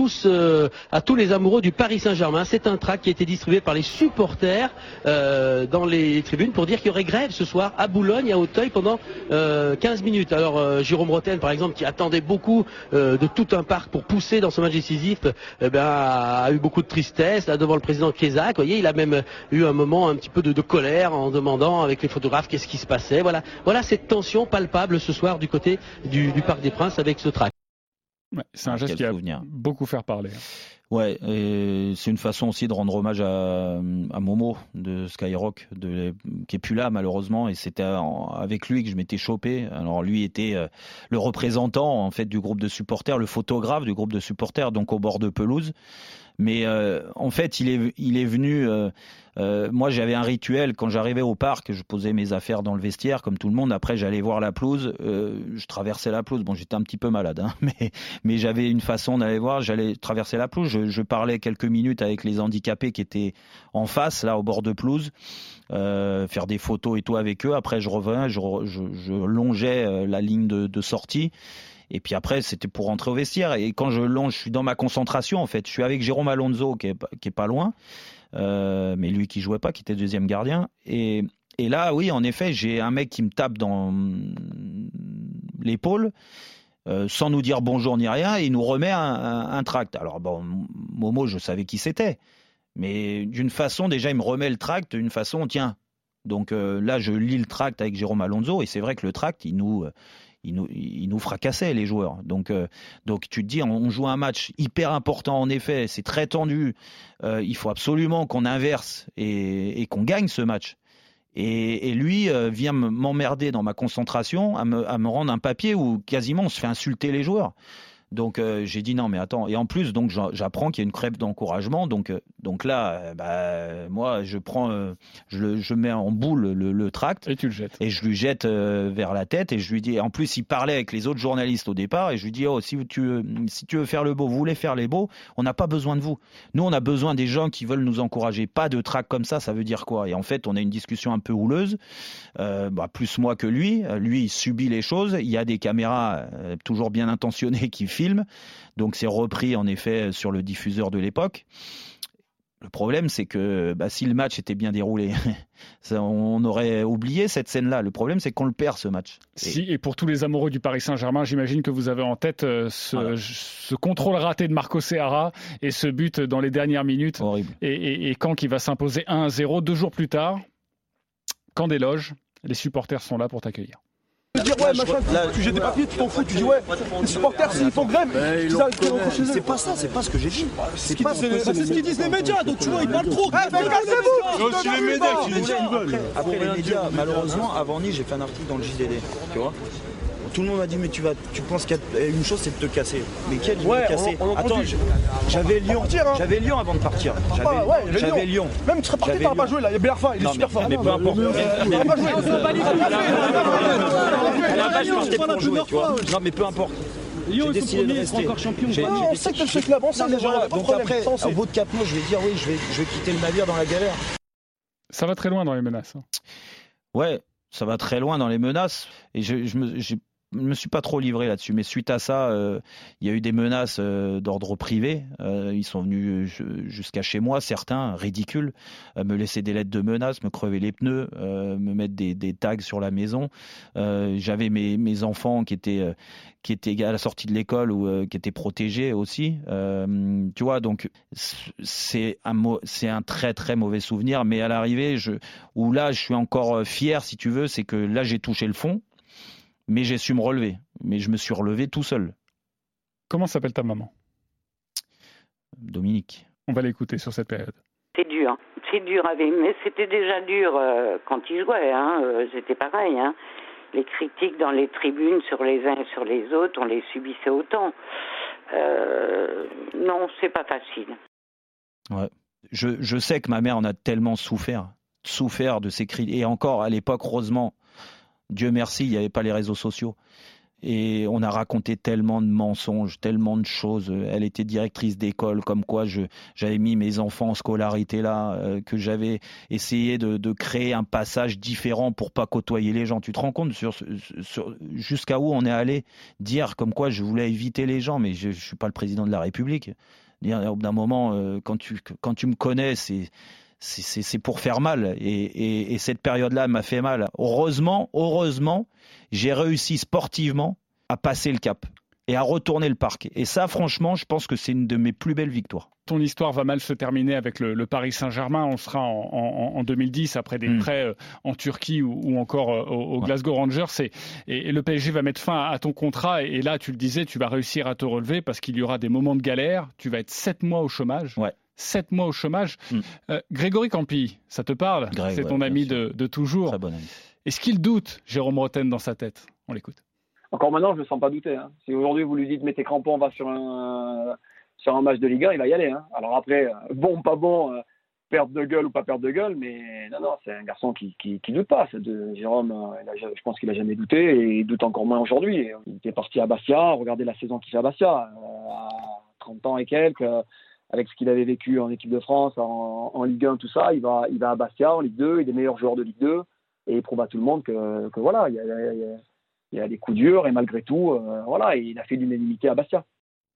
à tous les amoureux du Paris Saint-Germain. C'est un tract qui a été distribué par les supporters dans les tribunes pour dire qu'il y aurait grève ce soir à Boulogne et à Auteuil pendant 15 minutes. Alors Jérôme Rotten par exemple, qui attendait beaucoup de tout un parc pour pousser dans ce match décisif, a eu beaucoup de tristesse là, devant le président Kézak. Vous voyez, il a même eu un moment un petit peu de colère en demandant avec les photographes qu'est-ce qui se passait. Voilà cette tension palpable ce soir du côté du Parc des Princes avec ce tract. Ouais, c'est un geste qui a beaucoup fait parler. Ouais, et c'est une façon aussi de rendre hommage à Momo de Skyrock, qui est plus là malheureusement, et c'était avec lui que je m'étais chopé. Alors lui était le représentant en fait du groupe de supporters, le photographe du groupe de supporters, donc au bord de pelouse. Mais en fait, il est venu. Moi, j'avais un rituel quand j'arrivais au parc. Je posais mes affaires dans le vestiaire, comme tout le monde. Après, j'allais voir la pelouse. Je traversais la pelouse. Bon, j'étais un petit peu malade, hein, mais j'avais une façon d'aller voir. J'allais traverser la pelouse. Je parlais quelques minutes avec les handicapés qui étaient en face, là, au bord de pelouse, faire des photos et tout avec eux. Après, je revenais, je longeais la ligne de sortie. Et puis après, c'était pour rentrer au vestiaire. Et quand je longe, je suis dans ma concentration, en fait. Je suis avec Jérôme Alonso, qui est pas loin, mais lui qui jouait pas, qui était deuxième gardien. Et là, oui, en effet, j'ai un mec qui me tape dans l'épaule, sans nous dire bonjour ni rien, et il nous remet un tract. Alors bon, Momo, je savais qui c'était. Mais d'une façon, déjà, il me remet le tract, d'une façon, tiens, Donc là, je lis le tract avec Jérôme Alonso et c'est vrai que le tract, il nous fracassait les joueurs. Donc tu te dis, on joue un match hyper important en effet, c'est très tendu. Il faut absolument qu'on inverse et qu'on gagne ce match. Et lui vient m'emmerder dans ma concentration, à me rendre un papier où quasiment on se fait insulter les joueurs. Donc j'ai dit non mais attends, et en plus donc j'apprends qu'il y a une crêpe d'encouragement, donc là moi je prends je mets en boule le tract et tu le jettes et je lui jette vers la tête et je lui dis, en plus il parlait avec les autres journalistes au départ et je lui dis si tu veux faire le beau, vous voulez faire les beaux, on n'a pas besoin de vous, nous on a besoin des gens qui veulent nous encourager, pas de tract comme ça veut dire quoi? Et en fait on a une discussion un peu houleuse, plus moi que lui il subit les choses, il y a des caméras toujours bien intentionnées qui filment. Donc c'est repris en effet sur le diffuseur de l'époque. Le problème c'est que si le match était bien déroulé, on aurait oublié cette scène-là. Le problème c'est qu'on le perd ce match. Et pour tous les amoureux du Paris Saint-Germain, j'imagine que vous avez en tête ce contrôle raté de Marco Ceará et ce but dans les dernières minutes. Horrible. Et Caen qui va s'imposer 1-0. 2 jours plus tard, Camp des Loges, les supporters sont là pour t'accueillir. Tu dire ouais machin, tu jettes des papiers, tu t'en fous, tu dis ouais, les supporters s'ils font grève, c'est pas ça, c'est pas ce que j'ai dit. C'est ce qu'ils disent les médias, donc tu vois ils parlent trop. C'est aussi les médias qui veulent. Après les médias, malheureusement, avant Nice, j'ai fait un article dans le JDD, tu vois. Tout le monde m'a dit mais tu penses qu'il y a une chose, c'est de te casser. Mais quelle de me casser? Attends, j'avais Lyon avant de partir. J'avais Lyon. Même tu serais parti, t'auras pas joué là, il y a Berfa, il est super fort. Mais peu importe. T'auras pas joué. À la base, je partais pour jouer, tu vois. Non mais peu importe. Lyon ils sont premiers, ils seront encore champions. On sait que ce club, on sait déjà. Donc après, au bout de 4 mois, je vais dire oui, je vais quitter le navire dans la galère. Ça va très loin dans les menaces. Ouais, ça va très loin dans les menaces. Et je me suis pas trop livré là-dessus, mais suite à ça, il y a eu des menaces d'ordre privé. Ils sont venus jusqu'à chez moi, certains, ridicules, me laisser des lettres de menaces, me crever les pneus, me mettre des tags sur la maison. J'avais mes enfants qui étaient à la sortie de l'école ou qui étaient protégés aussi. Tu vois, donc c'est un très très mauvais souvenir. Mais à l'arrivée, où là, je suis encore fier, si tu veux, c'est que là, j'ai touché le fond. Mais j'ai su me relever. Mais je me suis relevé tout seul. Comment s'appelle ta maman? Dominique. On va l'écouter sur cette période. C'est dur mais c'était déjà dur quand il jouait. C'était pareil. Les critiques dans les tribunes sur les uns et sur les autres, on les subissait autant. Non, c'est pas facile. Ouais. Je sais que ma mère en a tellement souffert de ces cris. Et encore, à l'époque, heureusement, Dieu merci, il n'y avait pas les réseaux sociaux. Et on a raconté tellement de mensonges, tellement de choses. Elle était directrice d'école, comme quoi j'avais mis mes enfants en scolarité là, que j'avais essayé de créer un passage différent pour pas côtoyer les gens. Tu te rends compte jusqu'à où on est allé dire comme quoi je voulais éviter les gens, mais je suis pas le président de la République. Au bout d'un moment, quand tu me connais, c'est pour faire mal et cette période-là m'a fait mal. Heureusement, j'ai réussi sportivement à passer le cap et à retourner le parc. Et ça, franchement, je pense que c'est une de mes plus belles victoires. Ton histoire va mal se terminer avec le Paris Saint-Germain. On sera en 2010 après des prêts en Turquie ou encore au Glasgow Rangers. Et le PSG va mettre fin à ton contrat. Et là, tu le disais, tu vas réussir à te relever parce qu'il y aura des moments de galère. Tu vas être 7 mois au chômage. Ouais. 7 mois au chômage. Grégory Campi, ça te parle? C'est ton ami de toujours. Très bon ami. Est-ce qu'il doute, Jérôme Rotten, dans sa tête? On l'écoute. Encore maintenant, je ne le sens pas douter. Si aujourd'hui vous lui dites mets tes crampons, on va sur un match de Ligue 1, il va y aller. Alors après, bon, pas bon, perte de gueule ou pas perte de gueule, mais non, c'est un garçon qui doute pas. Jérôme, je pense qu'il n'a jamais douté et il doute encore moins aujourd'hui. Il était parti à Bastia, regardez la saison qu'il fait à Bastia, à 30 ans et quelques. Avec ce qu'il avait vécu en équipe de France, en Ligue 1, tout ça, il va à Bastia en Ligue 2, il est meilleur joueur de Ligue 2 et il prouve à tout le monde que voilà, il y a des coups durs et malgré tout, voilà, il a fait l'unanimité à Bastia.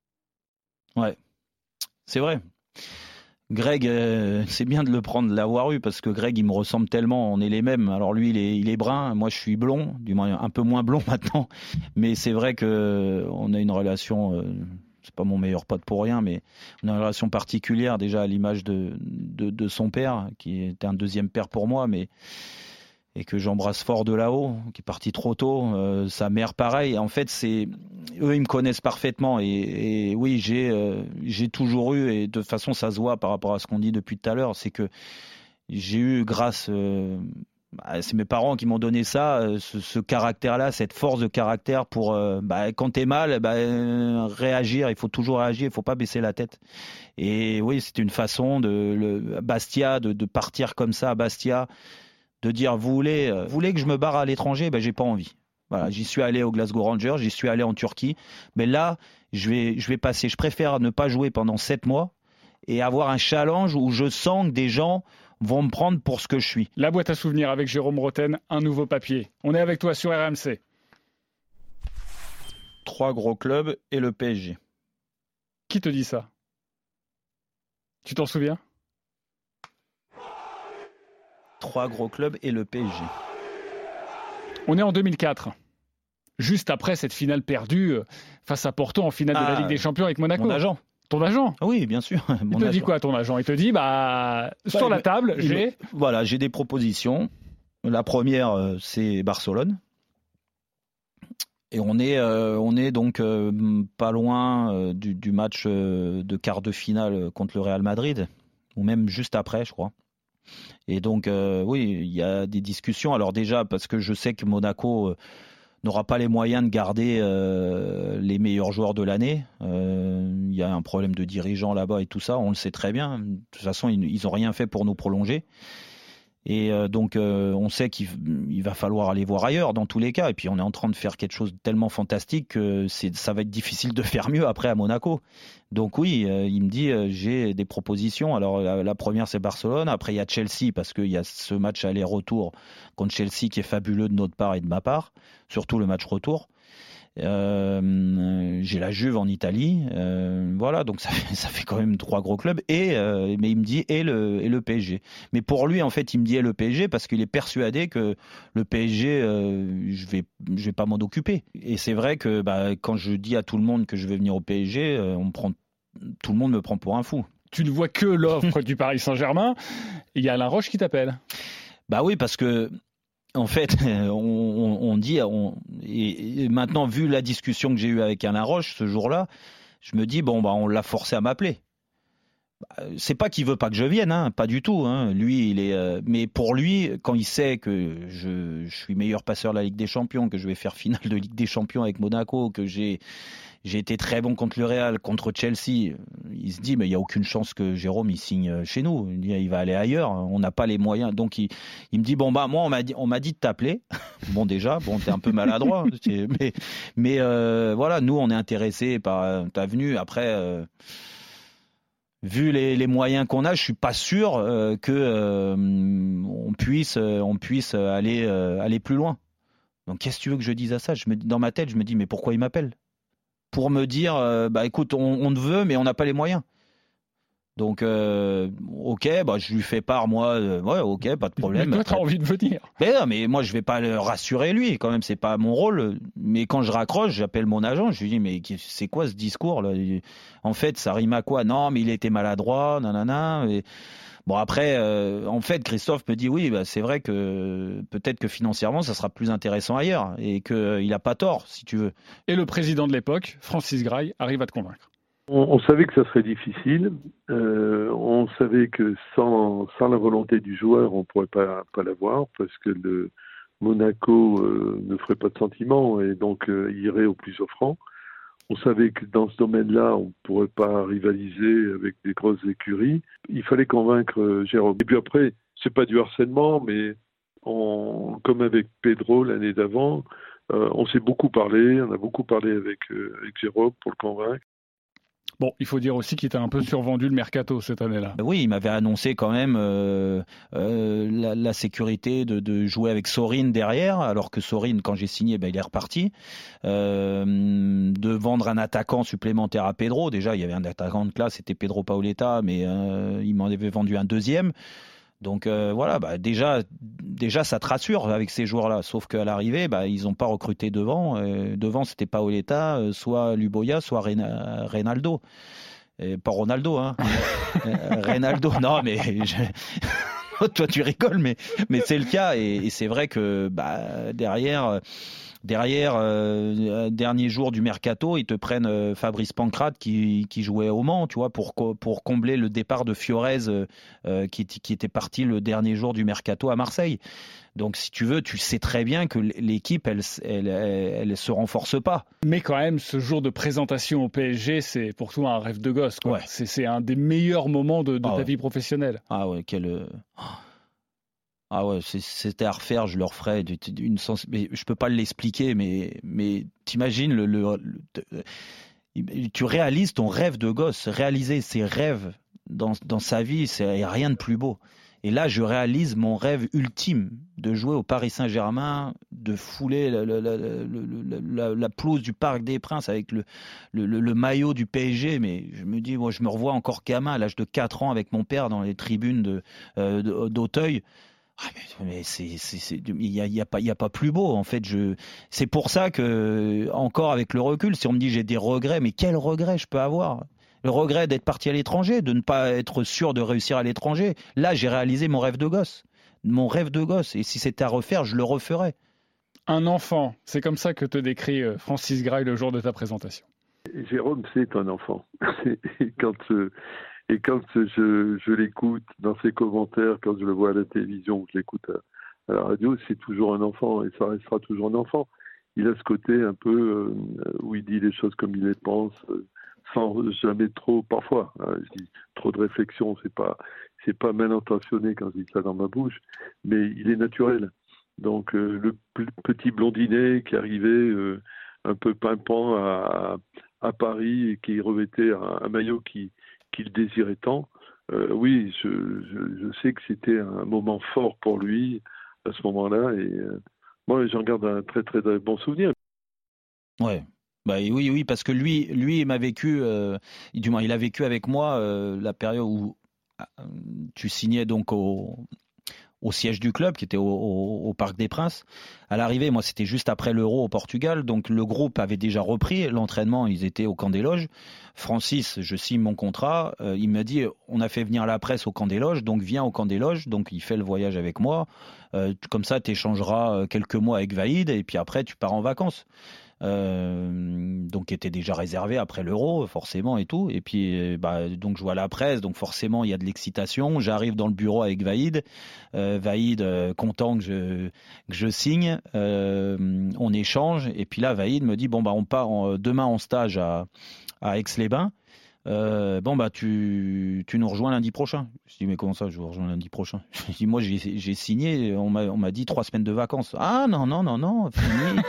Ouais, c'est vrai. Greg, c'est bien de l'avoir eu parce que Greg, il me ressemble tellement, on est les mêmes. Alors lui, il est brun, moi je suis blond, du moins un peu moins blond maintenant, mais c'est vrai que on a une relation. C'est pas mon meilleur pote pour rien, mais on a une relation particulière déjà à l'image de son père, qui était un deuxième père pour moi. Mais et que j'embrasse fort de là-haut, qui est parti trop tôt. Sa mère, pareil. En fait, eux, ils me connaissent parfaitement. Et oui, j'ai toujours eu, et de toute façon, ça se voit par rapport à ce qu'on dit depuis tout à l'heure, c'est que j'ai eu, grâce, c'est mes parents qui m'ont donné ça, ce caractère-là, cette force de caractère pour, quand t'es mal, réagir. Il faut toujours réagir, il faut pas baisser la tête. Et oui, c'est une façon Bastia, de partir comme ça à Bastia, de dire vous voulez que je me barre à l'étranger, j'ai pas envie. Voilà, j'y suis allé au Glasgow Rangers, j'y suis allé en Turquie, mais là je vais passer. Je préfère ne pas jouer pendant 7 mois et avoir un challenge où je sens que des gens vont me prendre pour ce que je suis. La boîte à souvenirs avec Jérôme Roten, un nouveau papier. On est avec toi sur RMC. 3 gros clubs et le PSG. Qui te dit ça? Tu t'en souviens? 3 gros clubs et le PSG. On est en 2004, juste après cette finale perdue face à Porto en finale de la Ligue des Champions avec Monaco. Mon agent. Ton agent? Oui, bien sûr. Il te dit quoi, ton agent? Il te dit, sur la table, j'ai des propositions. La première, c'est Barcelone. Et on est donc pas loin du match de quart de finale contre le Real Madrid, ou même juste après, je crois. Et donc, oui, il y a des discussions. Alors déjà, parce que je sais que Monaco n'aura pas les moyens de garder les meilleurs joueurs de l'année. Il y a un problème de dirigeants là-bas et tout ça, on le sait très bien. De toute façon, ils n'ont rien fait pour nous prolonger. Et donc, on sait qu'il va falloir aller voir ailleurs dans tous les cas. Et puis, on est en train de faire quelque chose de tellement fantastique que ça va être difficile de faire mieux après à Monaco. Donc oui, il me dit, j'ai des propositions. Alors, la première, c'est Barcelone. Après, il y a Chelsea, parce qu'il y a ce match aller-retour contre Chelsea qui est fabuleux de notre part et de ma part. Surtout le match retour. J'ai la Juve en Italie, voilà, donc ça fait quand même 3 gros clubs, mais il me dit et le PSG. Mais pour lui, en fait, il me dit et le PSG parce qu'il est persuadé que le PSG, je vais pas m'en occuper. Et c'est vrai que quand je dis à tout le monde que je vais venir au PSG, tout le monde me prend pour un fou. Tu ne vois que l'offre du Paris Saint-Germain. Il y a Alain Roche qui t'appelle. Oui, parce que en fait, on dit, et maintenant, vu la discussion que j'ai eue avec Alain Roche ce jour-là, je me dis, on l'a forcé à m'appeler. C'est pas qu'il veut pas que je vienne, pas du tout. Lui, mais pour lui, quand il sait que je suis meilleur passeur de la Ligue des Champions, que je vais faire finale de Ligue des Champions avec Monaco, que j'ai été très bon contre le Real, contre Chelsea, il se dit mais il n'y a aucune chance que Jérôme il signe chez nous. Il va aller ailleurs, on n'a pas les moyens. Donc il me dit moi on m'a dit de t'appeler. Déjà, t'es un peu maladroit, mais voilà, nous on est intéressés par ta venue. Après, vu les moyens qu'on a, je suis pas sûr que on puisse aller plus loin. Donc qu'est-ce que tu veux que je dise à ça? Dans ma tête, je me dis mais pourquoi il m'appelle? Pour me dire, écoute, on te veut, mais on n'a pas les moyens. Donc, ok, je lui fais part, moi, ouais, ok, pas de problème. Mais toi, t'as envie de venir. Mais moi, je vais pas le rassurer, lui, quand même, c'est pas mon rôle. Mais quand je raccroche, j'appelle mon agent, je lui dis, mais c'est quoi ce discours-là? En fait, ça rime à quoi? Non, mais il était maladroit, nanana. Et... après, en fait, Christophe me dit oui, c'est vrai que peut-être que financièrement, ça sera plus intéressant ailleurs et qu'il n'a pas tort, si tu veux. Et le président de l'époque, Francis Graille, arrive à te convaincre. On savait que ça serait difficile. On savait que sans la volonté du joueur, on ne pourrait pas l'avoir parce que le Monaco ne ferait pas de sentiment et donc irait au plus offrant. On savait que dans ce domaine-là, on ne pourrait pas rivaliser avec des grosses écuries. Il fallait convaincre Jérôme. Et puis après, c'est pas du harcèlement, mais comme avec Pedro l'année d'avant, on s'est beaucoup parlé. On a beaucoup parlé avec Jérôme pour le convaincre. Bon, il faut dire aussi qu'il était un peu survendu le mercato cette année-là. Oui, il m'avait annoncé quand même la sécurité de jouer avec Sorin derrière, alors que Sorin, quand j'ai signé, il est reparti. De vendre un attaquant supplémentaire à Pedro. Déjà, il y avait un attaquant de classe, c'était Pedro Paoletta, mais il m'en avait vendu un deuxième. Donc voilà, déjà ça te rassure avec ces joueurs-là. Sauf qu'à l'arrivée, ils n'ont pas recruté devant. Devant, c'était Paoletta, soit Luboya, soit Reynaldo. Pas Ronaldo, hein. Reynaldo, non, mais toi tu rigoles, mais c'est le cas et c'est vrai que derrière, dernier jour du mercato, ils te prennent Fabrice Pancrate qui jouait au Mans, tu vois, pour combler le départ de Fiorez qui était parti le dernier jour du mercato à Marseille. Donc, si tu veux, tu sais très bien que l'équipe, elle se renforce pas. Mais quand même, ce jour de présentation au PSG, c'est pour toi un rêve de gosse, quoi. Ouais. C'est un des meilleurs moments de ta vie professionnelle. Ah ouais, Ah ouais, c'était à refaire, je le referais. Mais je peux pas l'expliquer, mais t'imagines tu réalises ton rêve de gosse, réaliser ses rêves dans sa vie, c'est rien de plus beau. Et là, je réalise mon rêve ultime de jouer au Paris Saint-Germain, de fouler la pelouse du Parc des Princes avec le maillot du PSG. Mais je me dis, moi, je me revois encore gamin à l'âge de 4 ans avec mon père dans les tribunes d'Auteuil. Mais il y a pas plus beau en fait. C'est pour ça que encore avec le recul, si on me dit j'ai des regrets, mais quel regret je peux avoir? Le regret d'être parti à l'étranger, de ne pas être sûr de réussir à l'étranger. Là, j'ai réalisé mon rêve de gosse. Et si c'était à refaire, je le referais. Un enfant, c'est comme ça que te décrit Francis Grail le jour de ta présentation. Jérôme, c'est un enfant. Et quand je l'écoute dans ses commentaires, quand je le vois à la télévision, je l'écoute à la radio, c'est toujours un enfant et ça restera toujours un enfant. Il a ce côté un peu où il dit les choses comme il les pense, sans jamais trop, parfois, je dis trop de réflexion, c'est pas mal intentionné quand je dis ça dans ma bouche, mais il est naturel. Donc le petit blondinet qui arrivait un peu pimpant à Paris et qui revêtait un maillot qu'il désirait tant, oui, je sais que c'était un moment fort pour lui à ce moment-là et moi j'en garde un très très bon souvenir. Ouais. Oui, parce que lui, il m'a vécu, du moins, il a vécu avec moi la période où tu signais donc au siège du club, qui était au Parc des Princes. À l'arrivée, moi, c'était juste après l'Euro au Portugal, donc le groupe avait déjà repris l'entraînement, ils étaient au camp des loges. Francis, je signe mon contrat, il m'a dit, on a fait venir la presse au camp des loges, donc viens au camp des loges, donc il fait le voyage avec moi, comme ça, tu échangeras quelques mois avec Vaïd, et puis après, tu pars en vacances. Donc qui était déjà réservé après l'Euro forcément et tout, et puis donc je vois la presse, donc forcément il y a de l'excitation. J'arrive dans le bureau avec Vaïd, content que je signe, on échange, et puis là Vaïd me dit on part demain en stage à Aix-les-Bains. Tu nous rejoins lundi prochain. Je dis mais comment ça je vous rejoins lundi prochain? Je dis moi j'ai signé, on m'a dit 3 semaines de vacances. Ah non, fini.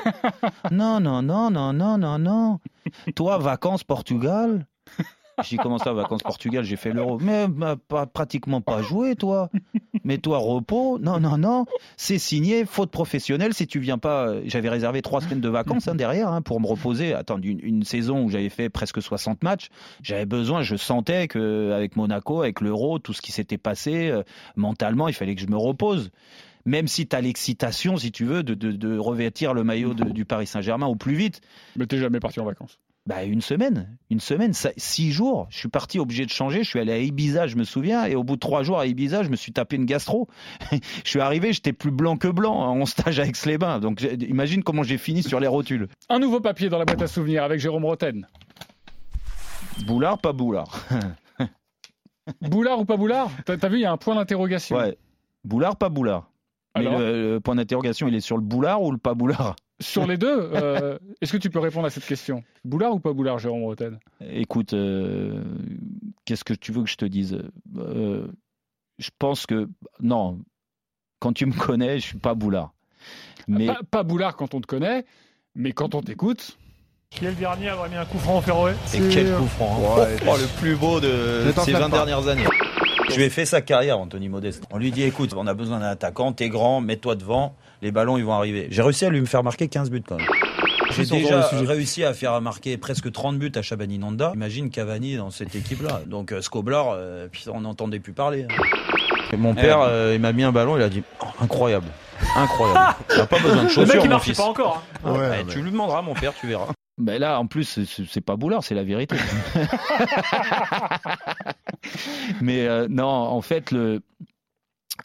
non. Toi vacances Portugal? Je dis comment ça vacances Portugal? J'ai fait l'Euro. Mais pratiquement pas joué toi. Mais toi repos? Non. C'est signé, faute professionnelle. Si tu viens pas, j'avais réservé 3 semaines de vacances derrière pour me reposer. Attends, une saison où j'avais fait presque 60 matchs, j'avais besoin. Je sentais que avec Monaco, avec l'Euro, tout ce qui s'était passé mentalement, il fallait que je me repose. Même si tu as l'excitation, si tu veux, de revêtir le maillot du Paris Saint-Germain au plus vite. Mais t'es jamais parti en vacances? Une semaine, 6 jours. Je suis parti obligé de changer. Je suis allé à Ibiza, je me souviens, et au bout de 3 jours à Ibiza, je me suis tapé une gastro. Je suis arrivé, j'étais plus blanc que blanc en stage à Aix-les-Bains. Donc imagine comment j'ai fini sur les rotules. Un nouveau papier dans la boîte à souvenirs avec Jérôme Roten. Boulard, pas Boulard. Boulard ou pas Boulard? T'as vu, il y a un point d'interrogation. Ouais. Boulard, pas Boulard. Alors, mais le point d'interrogation, il est sur le Boulard ou le pas Boulard? Sur les deux, est-ce que tu peux répondre à cette question? Boulard ou pas Boulard, Jérôme Roten? Écoute, qu'est-ce que tu veux que je te dise? Je pense que... Non, quand tu me connais, je suis pas Boulard. Mais... Pas Boulard quand on te connaît, mais quand on t'écoute... Qui est le dernier à avoir mis un coup franc au Féroé? Et quel coup franc le plus beau de ces 20 dernières années. Je lui ai fait sa carrière, Anthony Modeste. On lui dit, écoute, on a besoin d'un attaquant, t'es grand, mets-toi devant, les ballons ils vont arriver. J'ai réussi à lui me faire marquer 15 buts quand même. J'ai déjà réussi à faire marquer presque 30 buts à Shabani Nanda. Imagine Cavani dans cette équipe-là. Donc Skoblar, on n'entendait plus parler. Et mon père, il m'a mis un ballon, il a dit, incroyable. T'as pas besoin de chaussures, mon fils. Pas encore. Hein. Tu lui demanderas, mon père, tu verras. Ben là, en plus, c'est pas Boulard, c'est la vérité. Mais non, en fait,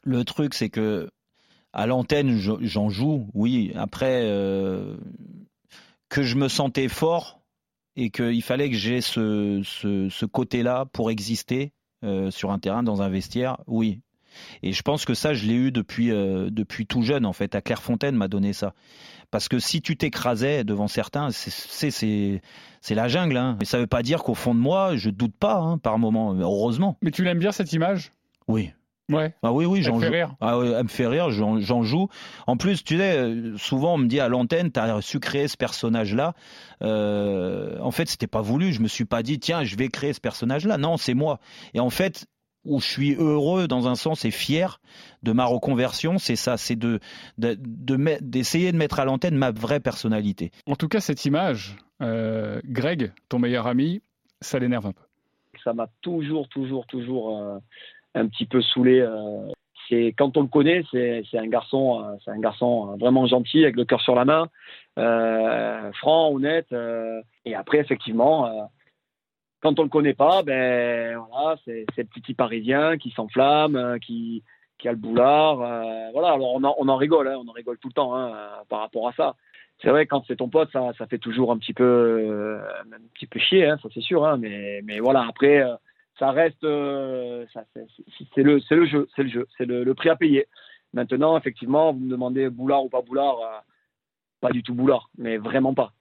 Le truc, c'est que à l'antenne, j'en joue, oui. Après, que je me sentais fort et qu'il fallait que j'ai ce côté-là pour exister sur un terrain, dans un vestiaire, oui. Et je pense que ça, je l'ai eu depuis tout jeune, en fait. À Clairefontaine m'a donné ça. Parce que si tu t'écrasais devant certains, c'est la jungle. Hein. Mais ça ne veut pas dire qu'au fond de moi, je ne doute pas, hein, par moment, heureusement. Mais tu l'aimes bien, cette image ? Oui. Ouais. Ah oui, j'en joue. Rire. Ah oui, elle me fait rire, j'en joue. En plus, tu sais, souvent on me dit à l'antenne, t'as su créer ce personnage-là. En fait, c'était pas voulu. Je me suis pas dit, tiens, je vais créer ce personnage-là. Non, c'est moi. Et en fait, où je suis heureux dans un sens et fier de ma reconversion, c'est ça, c'est d'essayer de mettre à l'antenne ma vraie personnalité. En tout cas, cette image, Greg, ton meilleur ami, ça l'énerve un peu. Ça m'a toujours un petit peu saoulé. C'est quand on le connaît, c'est un garçon vraiment gentil, avec le cœur sur la main, franc, honnête. Et après, effectivement, quand on le connaît pas, ben voilà, c'est le petit Parisien qui s'enflamme, qui a le boulard. Voilà, alors on en rigole, hein, on en rigole tout le temps, hein, par rapport à ça. C'est vrai, quand c'est ton pote, ça fait toujours un petit peu chier, hein, ça c'est sûr. Hein, mais voilà, après. Ça reste, c'est le jeu, c'est le prix à payer. Maintenant, effectivement, vous me demandez boulard ou pas boulard, pas du tout boulard, mais vraiment pas.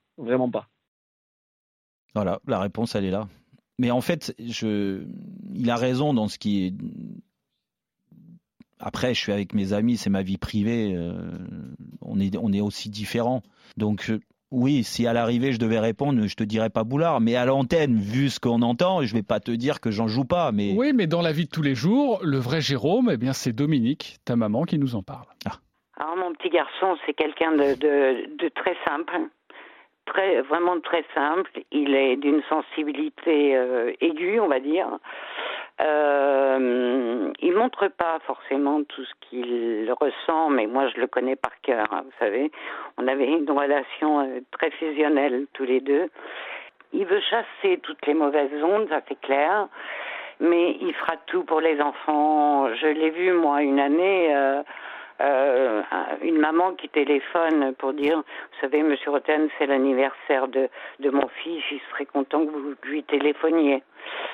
Voilà, la réponse, elle est là. Mais en fait, il a raison dans ce qui est. Après, je suis avec mes amis, c'est ma vie privée, on est aussi différents. Donc, oui, si à l'arrivée je devais répondre, je te dirais pas boulard, mais à l'antenne, vu ce qu'on entend, je vais pas te dire que j'en joue pas. Mais oui, mais dans la vie de tous les jours, le vrai Jérôme, eh bien, c'est Dominique, ta maman, qui nous en parle. Ah. Alors mon petit garçon, c'est quelqu'un de très simple, vraiment très simple. Il est d'une sensibilité aiguë, on va dire. Il montre pas forcément tout ce qu'il ressent, mais moi je le connais par cœur, hein, vous savez. On avait une relation très fusionnelle tous les deux. Il veut chasser toutes les mauvaises ondes, ça c'est clair, mais il fera tout pour les enfants. Je l'ai vu moi une année, une maman qui téléphone pour dire, vous savez, Monsieur Roten, c'est l'anniversaire de mon fils, il serait content que vous lui téléphoniez.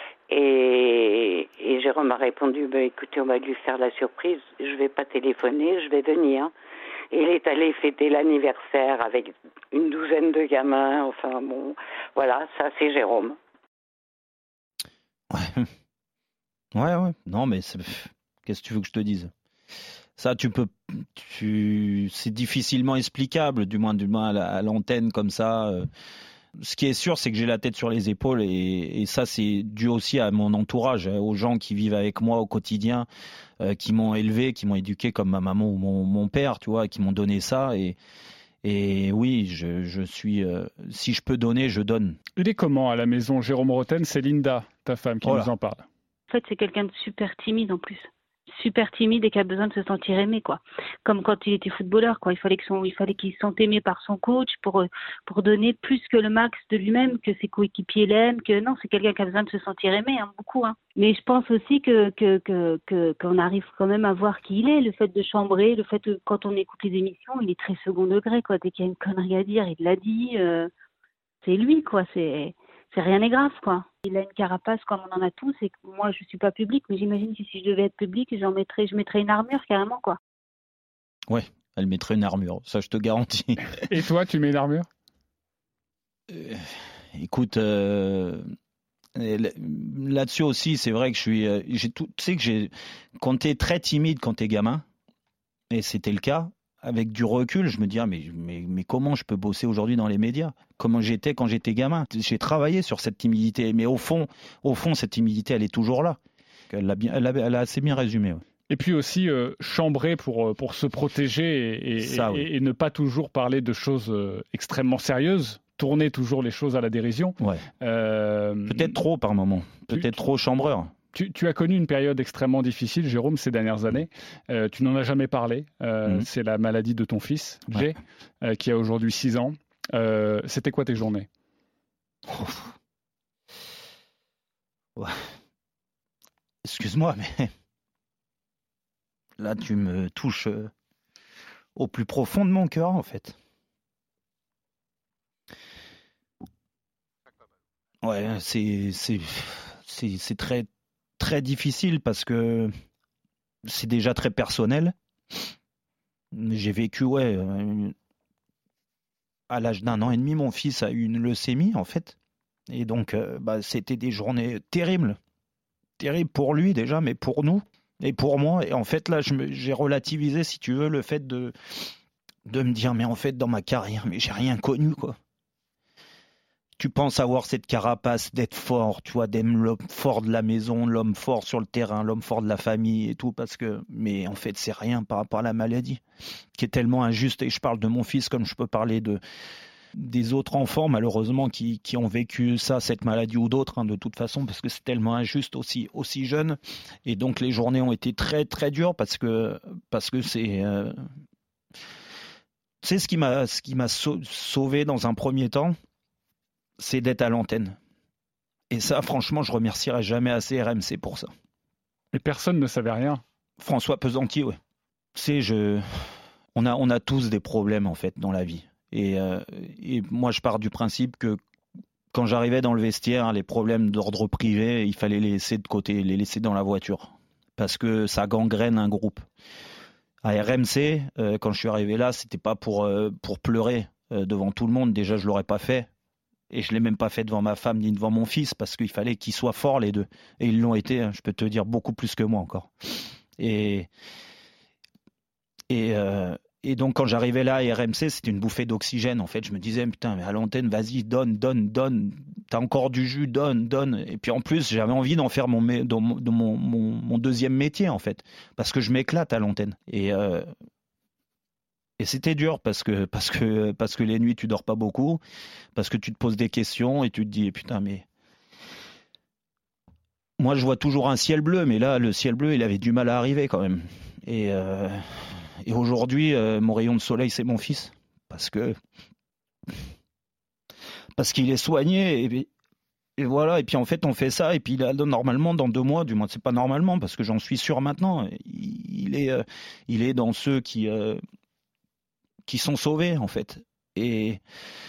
Et Jérôme a répondu, écoutez, on va lui faire la surprise, je vais pas téléphoner, je vais venir. Et il est allé fêter l'anniversaire avec une douzaine de gamins, enfin bon, voilà, ça c'est Jérôme. Ouais, non mais qu'est-ce que tu veux que je te dise ? Ça, c'est difficilement explicable, du moins à l'antenne comme ça. Ce qui est sûr, c'est que j'ai la tête sur les épaules et ça, c'est dû aussi à mon entourage, aux gens qui vivent avec moi au quotidien, qui m'ont élevé, qui m'ont éduqué comme ma maman ou mon père, tu vois, qui m'ont donné ça. Et oui, je suis. Si je peux donner, je donne. Il est comment à la maison, Jérôme Roten ? C'est Linda, ta femme, qui nous en parle. En fait, c'est quelqu'un de super timide en plus. Super timide et qui a besoin de se sentir aimé, quoi. Comme quand il était footballeur, quoi. Il fallait qu'il se sente aimé par son coach pour donner plus que le max de lui-même, que ses coéquipiers l'aiment, non, c'est quelqu'un qui a besoin de se sentir aimé, hein, beaucoup, hein. Mais je pense aussi qu'on arrive quand même à voir qui il est, le fait de chambrer, le fait que quand on écoute les émissions, il est très second degré, quoi. Dès qu'il y a une connerie à dire, il l'a dit, c'est lui, quoi. C'est rien n'est grave, quoi. Il a une carapace comme on en a tous, et moi je suis pas public, mais j'imagine que si je devais être public, je mettrais une armure carrément, quoi. Ouais, elle mettrait une armure, ça je te garantis. Et toi, tu mets une armure ? Écoute, là-dessus aussi, c'est vrai que tu sais que quand t'es très timide quand t'es gamin, et c'était le cas. Avec du recul, je me dis mais comment je peux bosser aujourd'hui dans les médias ? Comment j'étais quand j'étais gamin ? J'ai travaillé sur cette timidité, mais au fond, cette timidité, elle est toujours là. Elle a assez bien résumé. Ouais. Et puis aussi chambrer pour se protéger et ne pas toujours parler de choses extrêmement sérieuses. Tourner toujours les choses à la dérision. Ouais. Peut-être trop par moment. Peut-être trop chambreur. Tu as connu une période extrêmement difficile, Jérôme, ces dernières années. Tu n'en as jamais parlé. C'est la maladie de ton fils, Jay, qui a aujourd'hui 6 ans. C'était quoi tes journées ? Ouais. Excuse-moi, mais Là, tu me touches au plus profond de mon cœur, en fait. Ouais, c'est très, très difficile parce que c'est déjà très personnel. J'ai vécu, à l'âge d'1 an et demi, mon fils a eu une leucémie, en fait. Et donc, c'était des journées terribles. Terribles pour lui, déjà, mais pour nous et pour moi. Et en fait, là, j'ai relativisé, si tu veux, le fait de me dire, mais en fait, dans ma carrière, mais j'ai rien connu, quoi. Tu penses avoir cette carapace d'être fort, tu vois, d'être l'homme fort de la maison, l'homme fort sur le terrain, l'homme fort de la famille et tout, mais en fait, c'est rien par rapport à la maladie, qui est tellement injuste. Et je parle de mon fils comme je peux parler des autres enfants, malheureusement, qui ont vécu cette maladie ou d'autres, de toute façon, parce que c'est tellement injuste aussi jeune. Et donc, les journées ont été très, très dures parce que c'est... C'est ce qui m'a sauvé dans un premier temps, c'est d'être à l'antenne. Et ça, franchement, je remercierai jamais assez RMC pour ça. Et personne ne savait rien. François Pesanti, ouais. Tu sais, on a tous des problèmes, en fait, dans la vie. Et moi, je pars du principe que quand j'arrivais dans le vestiaire, les problèmes d'ordre privé, il fallait les laisser de côté, les laisser dans la voiture. Parce que ça gangrène un groupe. À RMC, quand je suis arrivé là, c'était pas pour pleurer devant tout le monde. Déjà, je l'aurais pas fait. Et je ne l'ai même pas fait devant ma femme ni devant mon fils parce qu'il fallait qu'ils soient forts les deux. Et ils l'ont été, je peux te dire, beaucoup plus que moi encore. Et donc quand j'arrivais là à RMC, c'était une bouffée d'oxygène. En fait, je me disais, putain, mais à l'antenne, vas-y, donne. T'as encore du jus, donne. Et puis en plus, j'avais envie d'en faire mon deuxième métier, en fait. Parce que je m'éclate à l'antenne. Et c'était dur parce que les nuits, tu dors pas beaucoup, parce que tu te poses des questions et tu te dis, putain, mais... Moi, je vois toujours un ciel bleu, mais là, le ciel bleu, il avait du mal à arriver quand même. Et aujourd'hui, mon rayon de soleil, c'est mon fils. Parce qu'il est soigné et voilà. Et puis en fait, on fait ça. Et puis là, normalement, dans 2 mois, du moins, c'est pas normalement, parce que j'en suis sûr maintenant, il est dans ceux qui sont sauvés, en fait. Et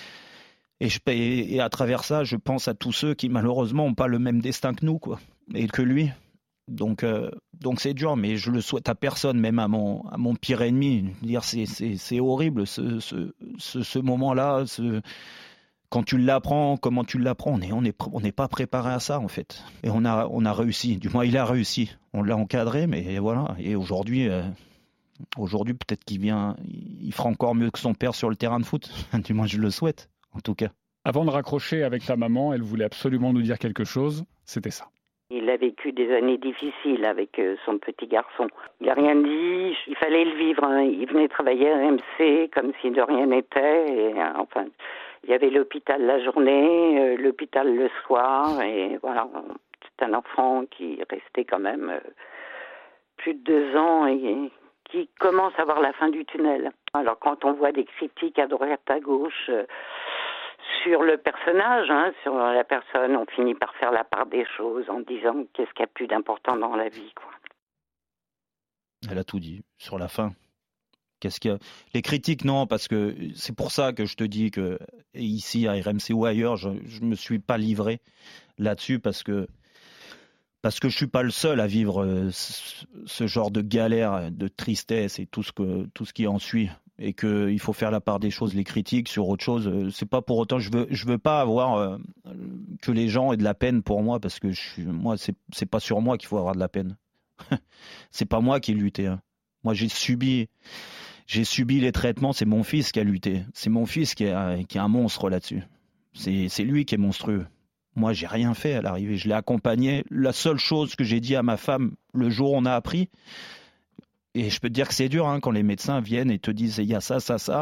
à travers ça, je pense à tous ceux qui, malheureusement, n'ont pas le même destin que nous, quoi, et que lui. Donc c'est dur, mais je le souhaite à personne, même à mon pire ennemi. Dire c'est horrible, ce moment-là, quand tu l'apprends, comment tu l'apprends, on n'est pas préparé à ça, en fait. Et on a réussi, du moins il a réussi. On l'a encadré, mais voilà. Et aujourd'hui, peut-être il fera encore mieux que son père sur le terrain de foot. Du moins, je le souhaite, en tout cas. Avant de raccrocher avec ta maman, elle voulait absolument nous dire quelque chose. C'était ça. Il a vécu des années difficiles avec son petit garçon. Il n'a rien dit, il fallait le vivre. Il venait travailler à RMC comme si de rien n'était. Et, enfin, il y avait l'hôpital la journée, l'hôpital le soir. Et voilà, c'est un enfant qui restait quand même plus de 2 ans et qui commence à voir la fin du tunnel. Alors quand on voit des critiques à droite, à gauche sur le personnage, sur la personne, on finit par faire la part des choses en disant qu'est-ce qu'il y a plus d'important dans la vie, quoi. Elle a tout dit sur la fin. Qu'est-ce qu'il y a... Les critiques, non, parce que c'est pour ça que je te dis que ici à RMC ou ailleurs, je me suis pas livré là-dessus parce que je suis pas le seul à vivre ce genre de galère, de tristesse et tout ce qui en suit. Et qu'il faut faire la part des choses, les critiques sur autre chose. C'est pas pour autant, je veux pas avoir que les gens aient de la peine pour moi, parce que moi, c'est pas sur moi qu'il faut avoir de la peine. C'est pas moi qui ai lutté. Moi, j'ai subi les traitements. C'est mon fils qui a lutté. C'est mon fils qui est un monstre là-dessus. C'est lui qui est monstrueux. Moi, j'ai rien fait à l'arrivée. Je l'ai accompagné. La seule chose que j'ai dit à ma femme le jour où on a appris. Et je peux te dire que c'est dur quand les médecins viennent et te disent il y a ça.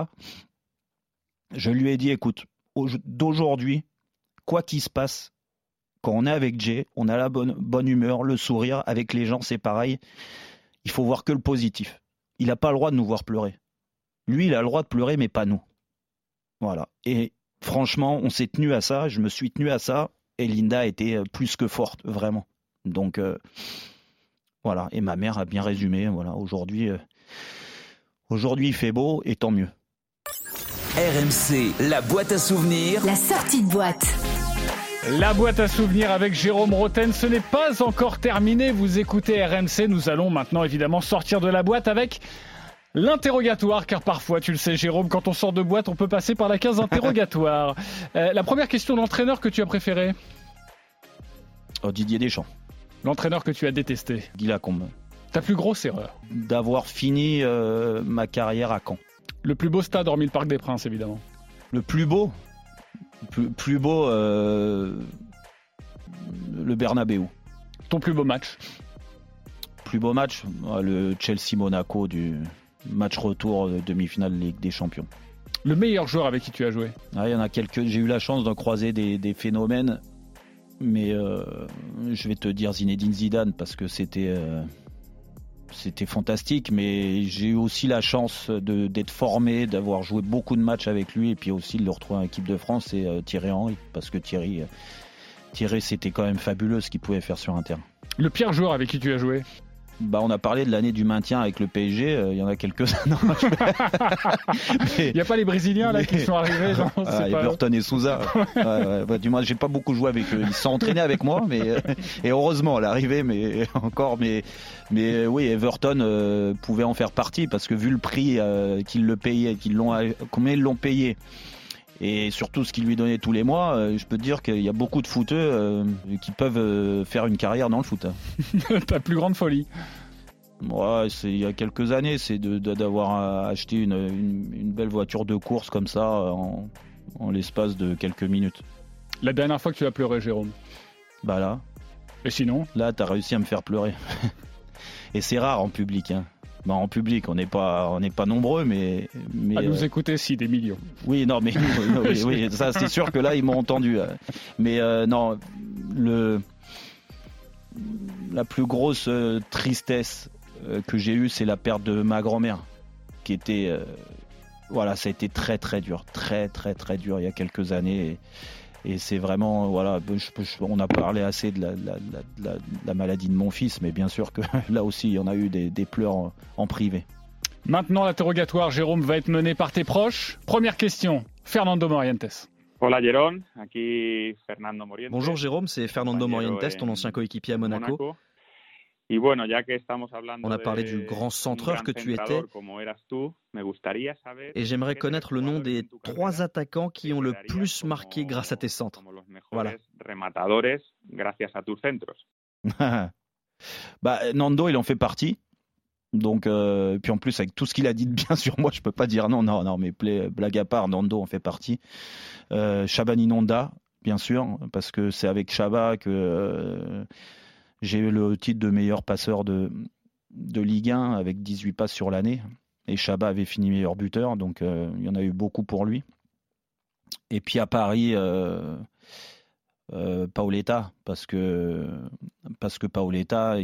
Je lui ai dit écoute, d'aujourd'hui, quoi qu'il se passe, quand on est avec Jay, on a la bonne humeur, le sourire, avec les gens c'est pareil. Il faut voir que le positif. Il n'a pas le droit de nous voir pleurer. Lui, il a le droit de pleurer, mais pas nous. Voilà. Et franchement, on s'est tenu à ça, je me suis tenu à ça, et Linda était plus que forte, vraiment. Donc... Voilà, et ma mère a bien résumé. Voilà, aujourd'hui, il fait beau et tant mieux. RMC, la boîte à souvenirs. La sortie de boîte. La boîte à souvenirs avec Jérôme Roten, ce n'est pas encore terminé. Vous écoutez RMC, nous allons maintenant évidemment sortir de la boîte avec l'interrogatoire, car parfois, tu le sais Jérôme, quand on sort de boîte, on peut passer par la case interrogatoire. La première question, l'entraîneur que tu as préféré? Didier Deschamps. L'entraîneur que tu as détesté? Guy Lacombe. Ta plus grosse erreur? D'avoir fini ma carrière à Caen. Le plus beau stade, hormis le Parc des Princes, évidemment. Le plus beau plus beau, le Bernabeu. Ton plus beau match? Plus beau match, le Chelsea-Monaco du match retour de demi-finale Ligue des Champions. Le meilleur joueur avec qui tu as joué? Il y en a quelques. J'ai eu la chance d'en croiser des phénomènes, mais je vais te dire Zinedine Zidane parce que c'était fantastique, mais j'ai eu aussi la chance d'être formé, d'avoir joué beaucoup de matchs avec lui et puis aussi de le retrouver en équipe de France, c'est Thierry Henry, parce que Thierry c'était quand même fabuleux ce qu'il pouvait faire sur un terrain. Le pire joueur avec qui tu as joué? On a parlé de l'année du maintien avec le PSG, il y en a quelques-uns. Il n'y a pas les Brésiliens là qui sont arrivés, non, Everton et Souza. Du moins, j'ai pas beaucoup joué avec eux. Ils se sont entraînés avec moi, et heureusement à l'arrivée, mais oui, Everton pouvait en faire partie parce que vu le prix qu'ils le payaient, combien ils l'ont payé. Et surtout ce qu'il lui donnait tous les mois, je peux te dire qu'il y a beaucoup de footeux qui peuvent faire une carrière dans le foot. Ta plus grande folie? Ouais, il y a quelques années, c'est d'avoir acheté une belle voiture de course comme ça en l'espace de quelques minutes. La dernière fois que tu as pleuré, Jérôme? Là. Et sinon? Là, t'as réussi à me faire pleurer. Et c'est rare en public, hein. En public, on n'est pas nombreux, mais à nous écouter, si, des millions. Oui, non, mais oui, ça c'est sûr que là ils m'ont entendu. Mais non, la plus grosse tristesse que j'ai eue, c'est la perte de ma grand-mère, qui était, ça a été très très dur, très très très dur il y a quelques années. Et c'est vraiment, on a parlé assez de la maladie de mon fils, mais bien sûr que là aussi, il y en a eu des pleurs en privé. Maintenant, l'interrogatoire, Jérôme, va être mené par tes proches. Première question, Fernando Morientes. Hola Jérôme, aquí Fernando Morientes. Bonjour Jérôme, c'est Fernando Morientes, ton ancien coéquipier à Monaco. On a parlé du grand centreur que tu étais, et j'aimerais connaître le nom des 3 attaquants qui ont le plus marqué grâce à tes centres. Voilà. Nando, il en fait partie. Donc, puis en plus, avec tout ce qu'il a dit de bien sur moi, je peux pas dire non, mais blague à part, Nando en fait partie. Chabani Nonda, bien sûr, parce que c'est avec Chaba que j'ai eu le titre de meilleur passeur de Ligue 1 avec 18 passes sur l'année. Et Chaba avait fini meilleur buteur, donc il y en a eu beaucoup pour lui. Et puis à Paris, Paoletta, parce que Paoletta,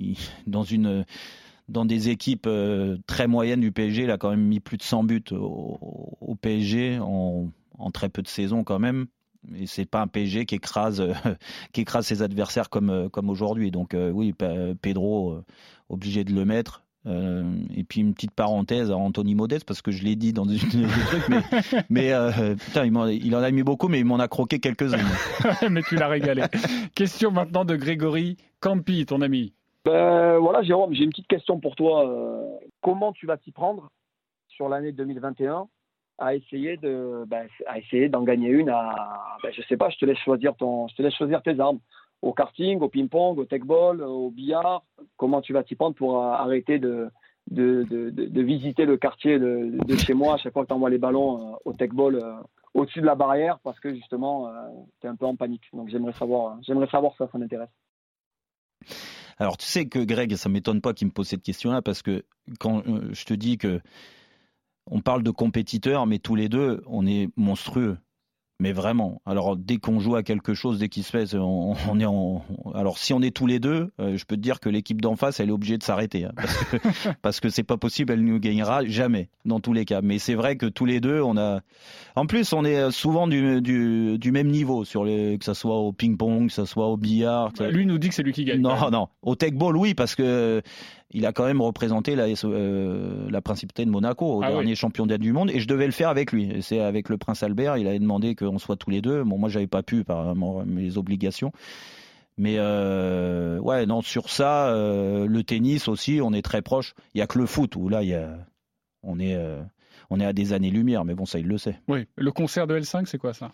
dans des équipes très moyennes du PSG, il a quand même mis plus de 100 buts au PSG en très peu de saisons quand même. Et c'est pas un PSG qui écrase ses adversaires comme aujourd'hui. Donc oui, Pedro obligé de le mettre. Et puis une petite parenthèse à Anthony Modeste, parce que je l'ai dit dans des trucs, mais putain, il en a mis beaucoup, mais il m'en a croqué quelques-uns. Mais tu l'as régalé. Question maintenant de Grégory Campi, ton ami. Jérôme, j'ai une petite question pour toi. Comment tu vas t'y prendre sur l'année 2021 à essayer d'en gagner une je sais pas, je te laisse choisir tes armes. Au karting, au ping-pong, au tech-ball, au billard. Comment tu vas t'y prendre pour arrêter de visiter le quartier de chez moi à chaque fois que tu envoies les ballons au tech-ball au-dessus de la barrière, parce que justement tu es un peu en panique. Donc j'aimerais savoir ça m'intéresse. Alors tu sais que Greg, ça m'étonne pas qu'il me pose cette question-là, parce que quand je te dis que on parle de compétiteurs, mais tous les deux, on est monstrueux. Mais vraiment. Alors, dès qu'on joue à quelque chose, dès qu'il se fait, alors, si on est tous les deux, je peux te dire que l'équipe d'en face, elle est obligée de s'arrêter. Hein, parce que c'est pas possible, elle ne nous gagnera jamais, dans tous les cas. Mais c'est vrai que tous les deux, en plus, on est souvent du même niveau, que ça soit au ping-pong, que ça soit au billard. Lui nous dit que c'est lui qui gagne. Non. Au tech-ball, oui, parce que il a quand même représenté la principauté de Monaco au dernier championnat du monde, et je devais le faire avec lui. Et c'est avec le prince Albert, il avait demandé qu'on soit tous les deux. Bon, moi, j'avais pas pu par mes obligations. Mais sur ça, le tennis aussi, on est très proche. Il y a que le foot où là, on est à des années-lumière. Mais bon, ça, il le sait. Oui. Le concert de L5, c'est quoi ça?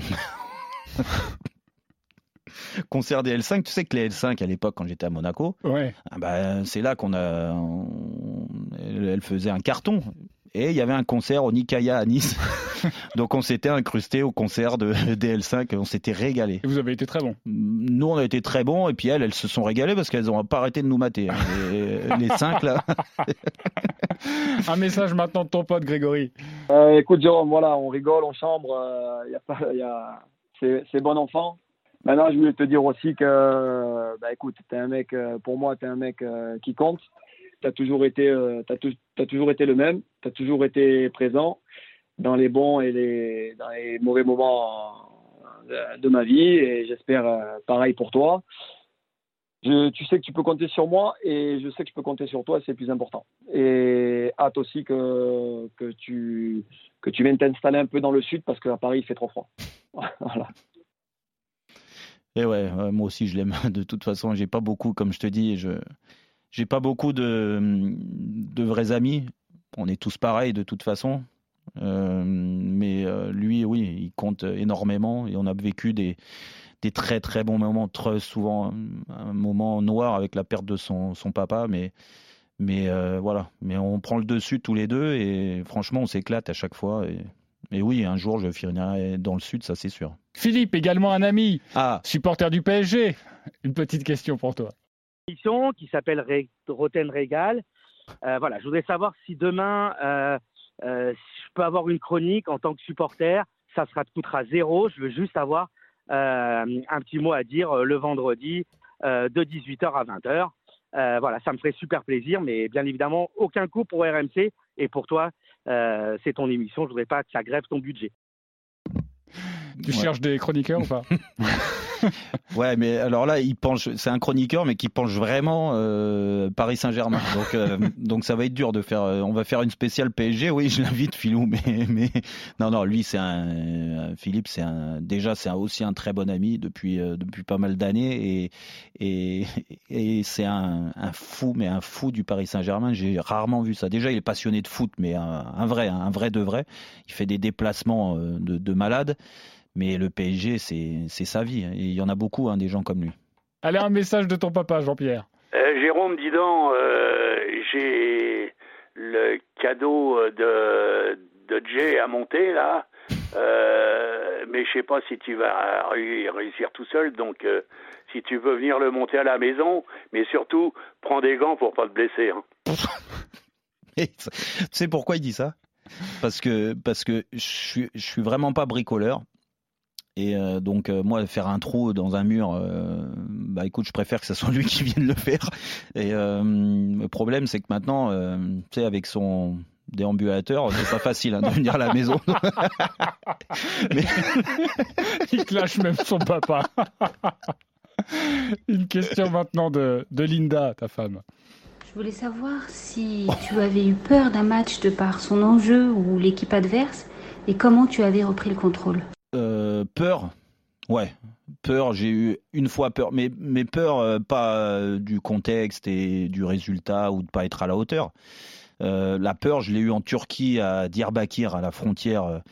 Concert des L5, tu sais que les L5 à l'époque quand j'étais à Monaco, c'est là elle faisait un carton et il y avait un concert au Nicaïa à Nice. Donc on s'était incrusté au concert des L5, on s'était régalé. Et vous avez été très bons. Nous on a été très bons et puis elles se sont régalées parce qu'elles n'ont pas arrêté de nous mater. Hein. Les 5 là. Un message maintenant de ton pote Grégory. Écoute Jérôme, voilà, on rigole, on chambre, c'est bon enfant. Maintenant, je voulais te dire aussi que, écoute, t'es un mec, pour moi, t'es un mec qui compte. T'as toujours été le même. T'as toujours été présent dans les bons et dans les mauvais moments de ma vie. Et j'espère pareil pour toi. Tu sais que tu peux compter sur moi et je sais que je peux compter sur toi. C'est le plus important. Et hâte aussi que tu viennes t'installer un peu dans le sud parce qu'à Paris, il fait trop froid. Voilà. Et moi aussi je l'aime. De toute façon, j'ai pas beaucoup, comme je te dis, j'ai pas beaucoup de vrais amis. On est tous pareils de toute façon. Mais lui, oui, il compte énormément et on a vécu des très très bons moments. Très souvent un moment noir avec la perte de son papa, mais voilà. Mais on prend le dessus tous les deux et franchement, on s'éclate à chaque fois. Et oui, un jour, je finirai dans le sud, ça c'est sûr. Philippe, également un ami, supporter du PSG. Une petite question pour toi. Qui s'appelle Roten Régal. Voilà, je voudrais savoir si demain, je peux avoir une chronique en tant que supporter. Ça te coûtera 0. Je veux juste avoir un petit mot à dire le vendredi de 18h à 20h. Voilà, ça me ferait super plaisir, mais bien évidemment, aucun coût pour RMC. Et pour toi, c'est ton émission, je voudrais pas que ça grève ton budget. Tu cherches des chroniqueurs ou pas? Ouais, mais alors là, c'est un chroniqueur, mais qui penche vraiment Paris Saint-Germain. Donc ça va être dur de faire. On va faire une spéciale PSG. Oui, je l'invite, Philou, mais non, lui, Philippe, c'est aussi un très bon ami depuis pas mal d'années et c'est un fou du Paris Saint-Germain. J'ai rarement vu ça. Déjà, il est passionné de foot, mais un vrai de vrai. Il fait des déplacements de malade. Mais le PSG, c'est sa vie. Et il y en a beaucoup, des gens comme lui. Allez, un message de ton papa, Jean-Pierre. Jérôme, dis donc, j'ai le cadeau de Jay à monter, là. Mais je sais pas si tu vas réussir tout seul. Donc, si tu veux venir le monter à la maison, mais surtout, prends des gants pour pas te blesser. Hein. Tu sais pourquoi il dit ça? Parce que je suis vraiment pas bricoleur. Et donc moi faire un trou dans un mur, écoute, je préfère que ce soit lui qui vienne le faire. Et le problème c'est que maintenant, tu sais, avec son déambulateur, c'est pas facile de venir à la maison. Mais... il clash même son papa. Une question maintenant de Linda, ta femme. Je voulais savoir si tu avais eu peur d'un match de par son enjeu ou l'équipe adverse et comment tu avais repris le contrôle. Peur, ouais. Peur, j'ai eu une fois peur, mais peur pas du contexte et du résultat ou de pas être à la hauteur. La peur, je l'ai eu en Turquie à Diyarbakir, à la frontière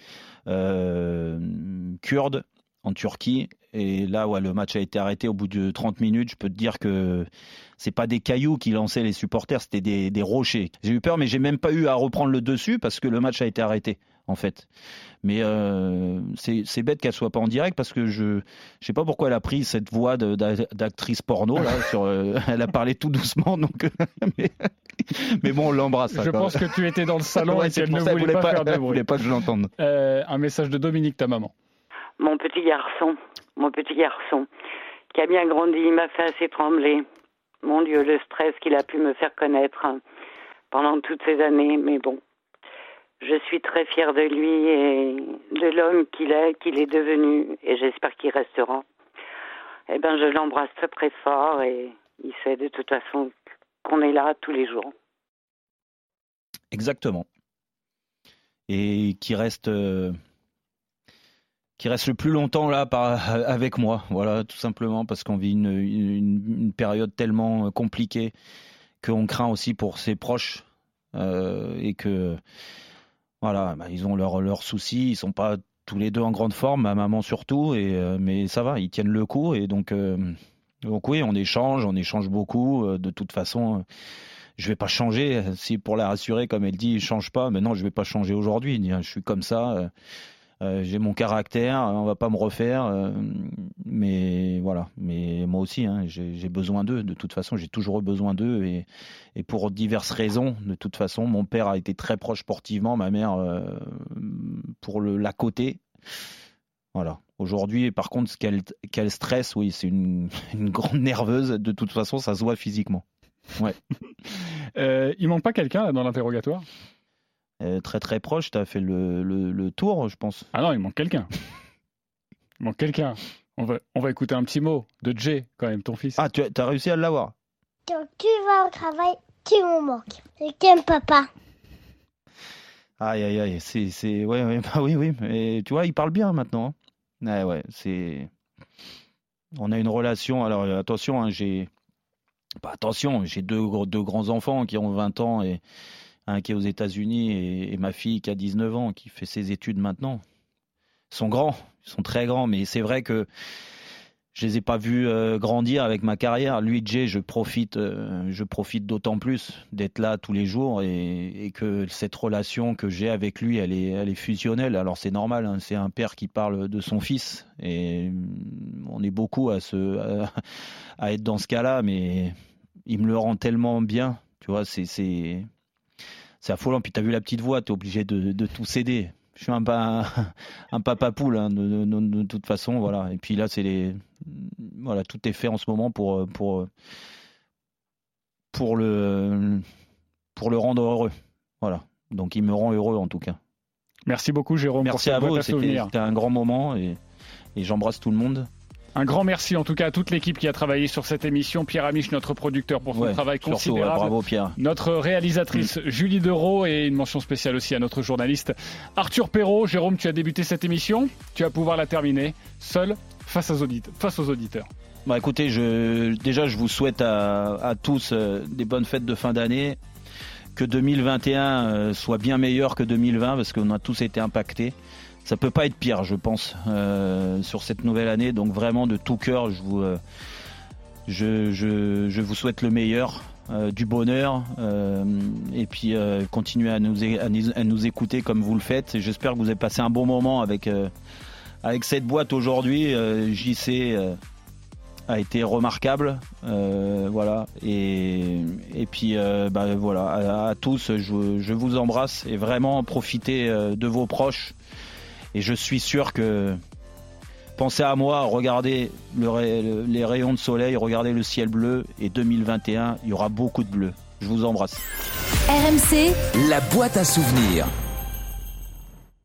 kurde en Turquie. Et là, le match a été arrêté au bout de 30 minutes. Je peux te dire que c'est pas des cailloux qui lançaient les supporters, c'était des rochers. J'ai eu peur, mais j'ai même pas eu à reprendre le dessus parce que le match a été arrêté, en fait. Mais c'est bête qu'elle soit pas en direct parce que je sais pas pourquoi elle a pris cette voix d'actrice porno là. Elle a parlé tout doucement, donc. Mais bon, on l'embrasse. Je pense que tu étais dans le salon et qu'elle ne voulait pas faire de bruit. Elle voulait pas que je l'entende. Un message de Dominique, ta maman. Mon petit garçon, qui a bien grandi, il m'a fait assez trembler. Mon Dieu, le stress qu'il a pu me faire connaître pendant toutes ces années. Mais bon, je suis très fière de lui et de l'homme qu'il est devenu. Et j'espère qu'il restera. Eh ben, je l'embrasse très très fort et il sait de toute façon qu'on est là tous les jours. Exactement. Et qui reste le plus longtemps là avec moi, voilà, tout simplement parce qu'on vit une période tellement compliquée qu'on craint aussi pour ses proches et que voilà, ils ont leurs soucis, ils sont pas tous les deux en grande forme, ma maman surtout, mais ça va, ils tiennent le coup et donc oui, on échange beaucoup, de toute façon. Je vais pas changer, si pour la rassurer, comme elle dit, change pas. Mais non, je vais pas changer aujourd'hui. Je suis comme ça. J'ai mon caractère. On va pas me refaire. Mais voilà. Mais moi aussi, j'ai besoin d'eux. De toute façon, j'ai toujours eu besoin d'eux. Et pour diverses raisons. De toute façon, mon père a été très proche sportivement. Ma mère, pour l'à côté. Voilà. Aujourd'hui, par contre, qu'elle stresse, oui, c'est une grande nerveuse. De toute façon, ça se voit physiquement. Ouais. Il manque pas quelqu'un là, dans l'interrogatoire? Très très proche, tu as fait le tour, je pense. Ah non, il manque quelqu'un. On va écouter un petit mot de Jay, quand même, ton fils. Ah, tu as réussi à l'avoir? Quand tu vas au travail, tu me manques. Je t'aime, papa. Aïe, c'est... Ouais, bah oui, mais tu vois, il parle bien maintenant. Ouais, c'est... On a une relation, alors attention, j'ai deux grands enfants qui ont 20 ans et un qui est aux États-Unis et ma fille qui a 19 ans qui fait ses études maintenant. Ils sont grands, ils sont très grands, mais c'est vrai que je les ai pas vus grandir avec ma carrière. Lui, Jay, je profite d'autant plus d'être là tous les jours et que cette relation que j'ai avec lui, elle est fusionnelle. Alors c'est normal, c'est un père qui parle de son fils et on est beaucoup à être dans ce cas-là, mais il me le rend tellement bien, tu vois, c'est affolant. Puis t'as vu la petite voix, t'es obligé de tout céder. Je suis un papa poule, de toute façon, voilà. Et puis là, voilà, tout est fait en ce moment pour le rendre heureux, voilà. Donc il me rend heureux en tout cas. Merci beaucoup, Jérôme. Merci à vous. C'était un grand moment et j'embrasse tout le monde. Un grand merci en tout cas à toute l'équipe qui a travaillé sur cette émission. Pierre Amiche, notre producteur, pour son travail considérable. Bravo Pierre. Notre réalisatrice Julie Dereau et une mention spéciale aussi à notre journaliste Arthur Perrault. Jérôme, tu as débuté cette émission. Tu vas pouvoir la terminer seul face aux auditeurs. Bah écoutez, je vous souhaite à tous des bonnes fêtes de fin d'année. Que 2021 soit bien meilleur que 2020 parce qu'on a tous été impactés. Ça peut pas être pire, je pense, sur cette nouvelle année. Donc vraiment, de tout cœur, je vous souhaite le meilleur, du bonheur, et puis continuez à nous écouter comme vous le faites. Et j'espère que vous avez passé un bon moment avec cette boîte aujourd'hui. JC a été remarquable, voilà. Et puis voilà, à tous, je vous embrasse et vraiment profitez de vos proches. Et je suis sûr que pensez à moi, regardez les rayons de soleil, regardez le ciel bleu. Et 2021, il y aura beaucoup de bleu. Je vous embrasse. RMC, la boîte à souvenirs.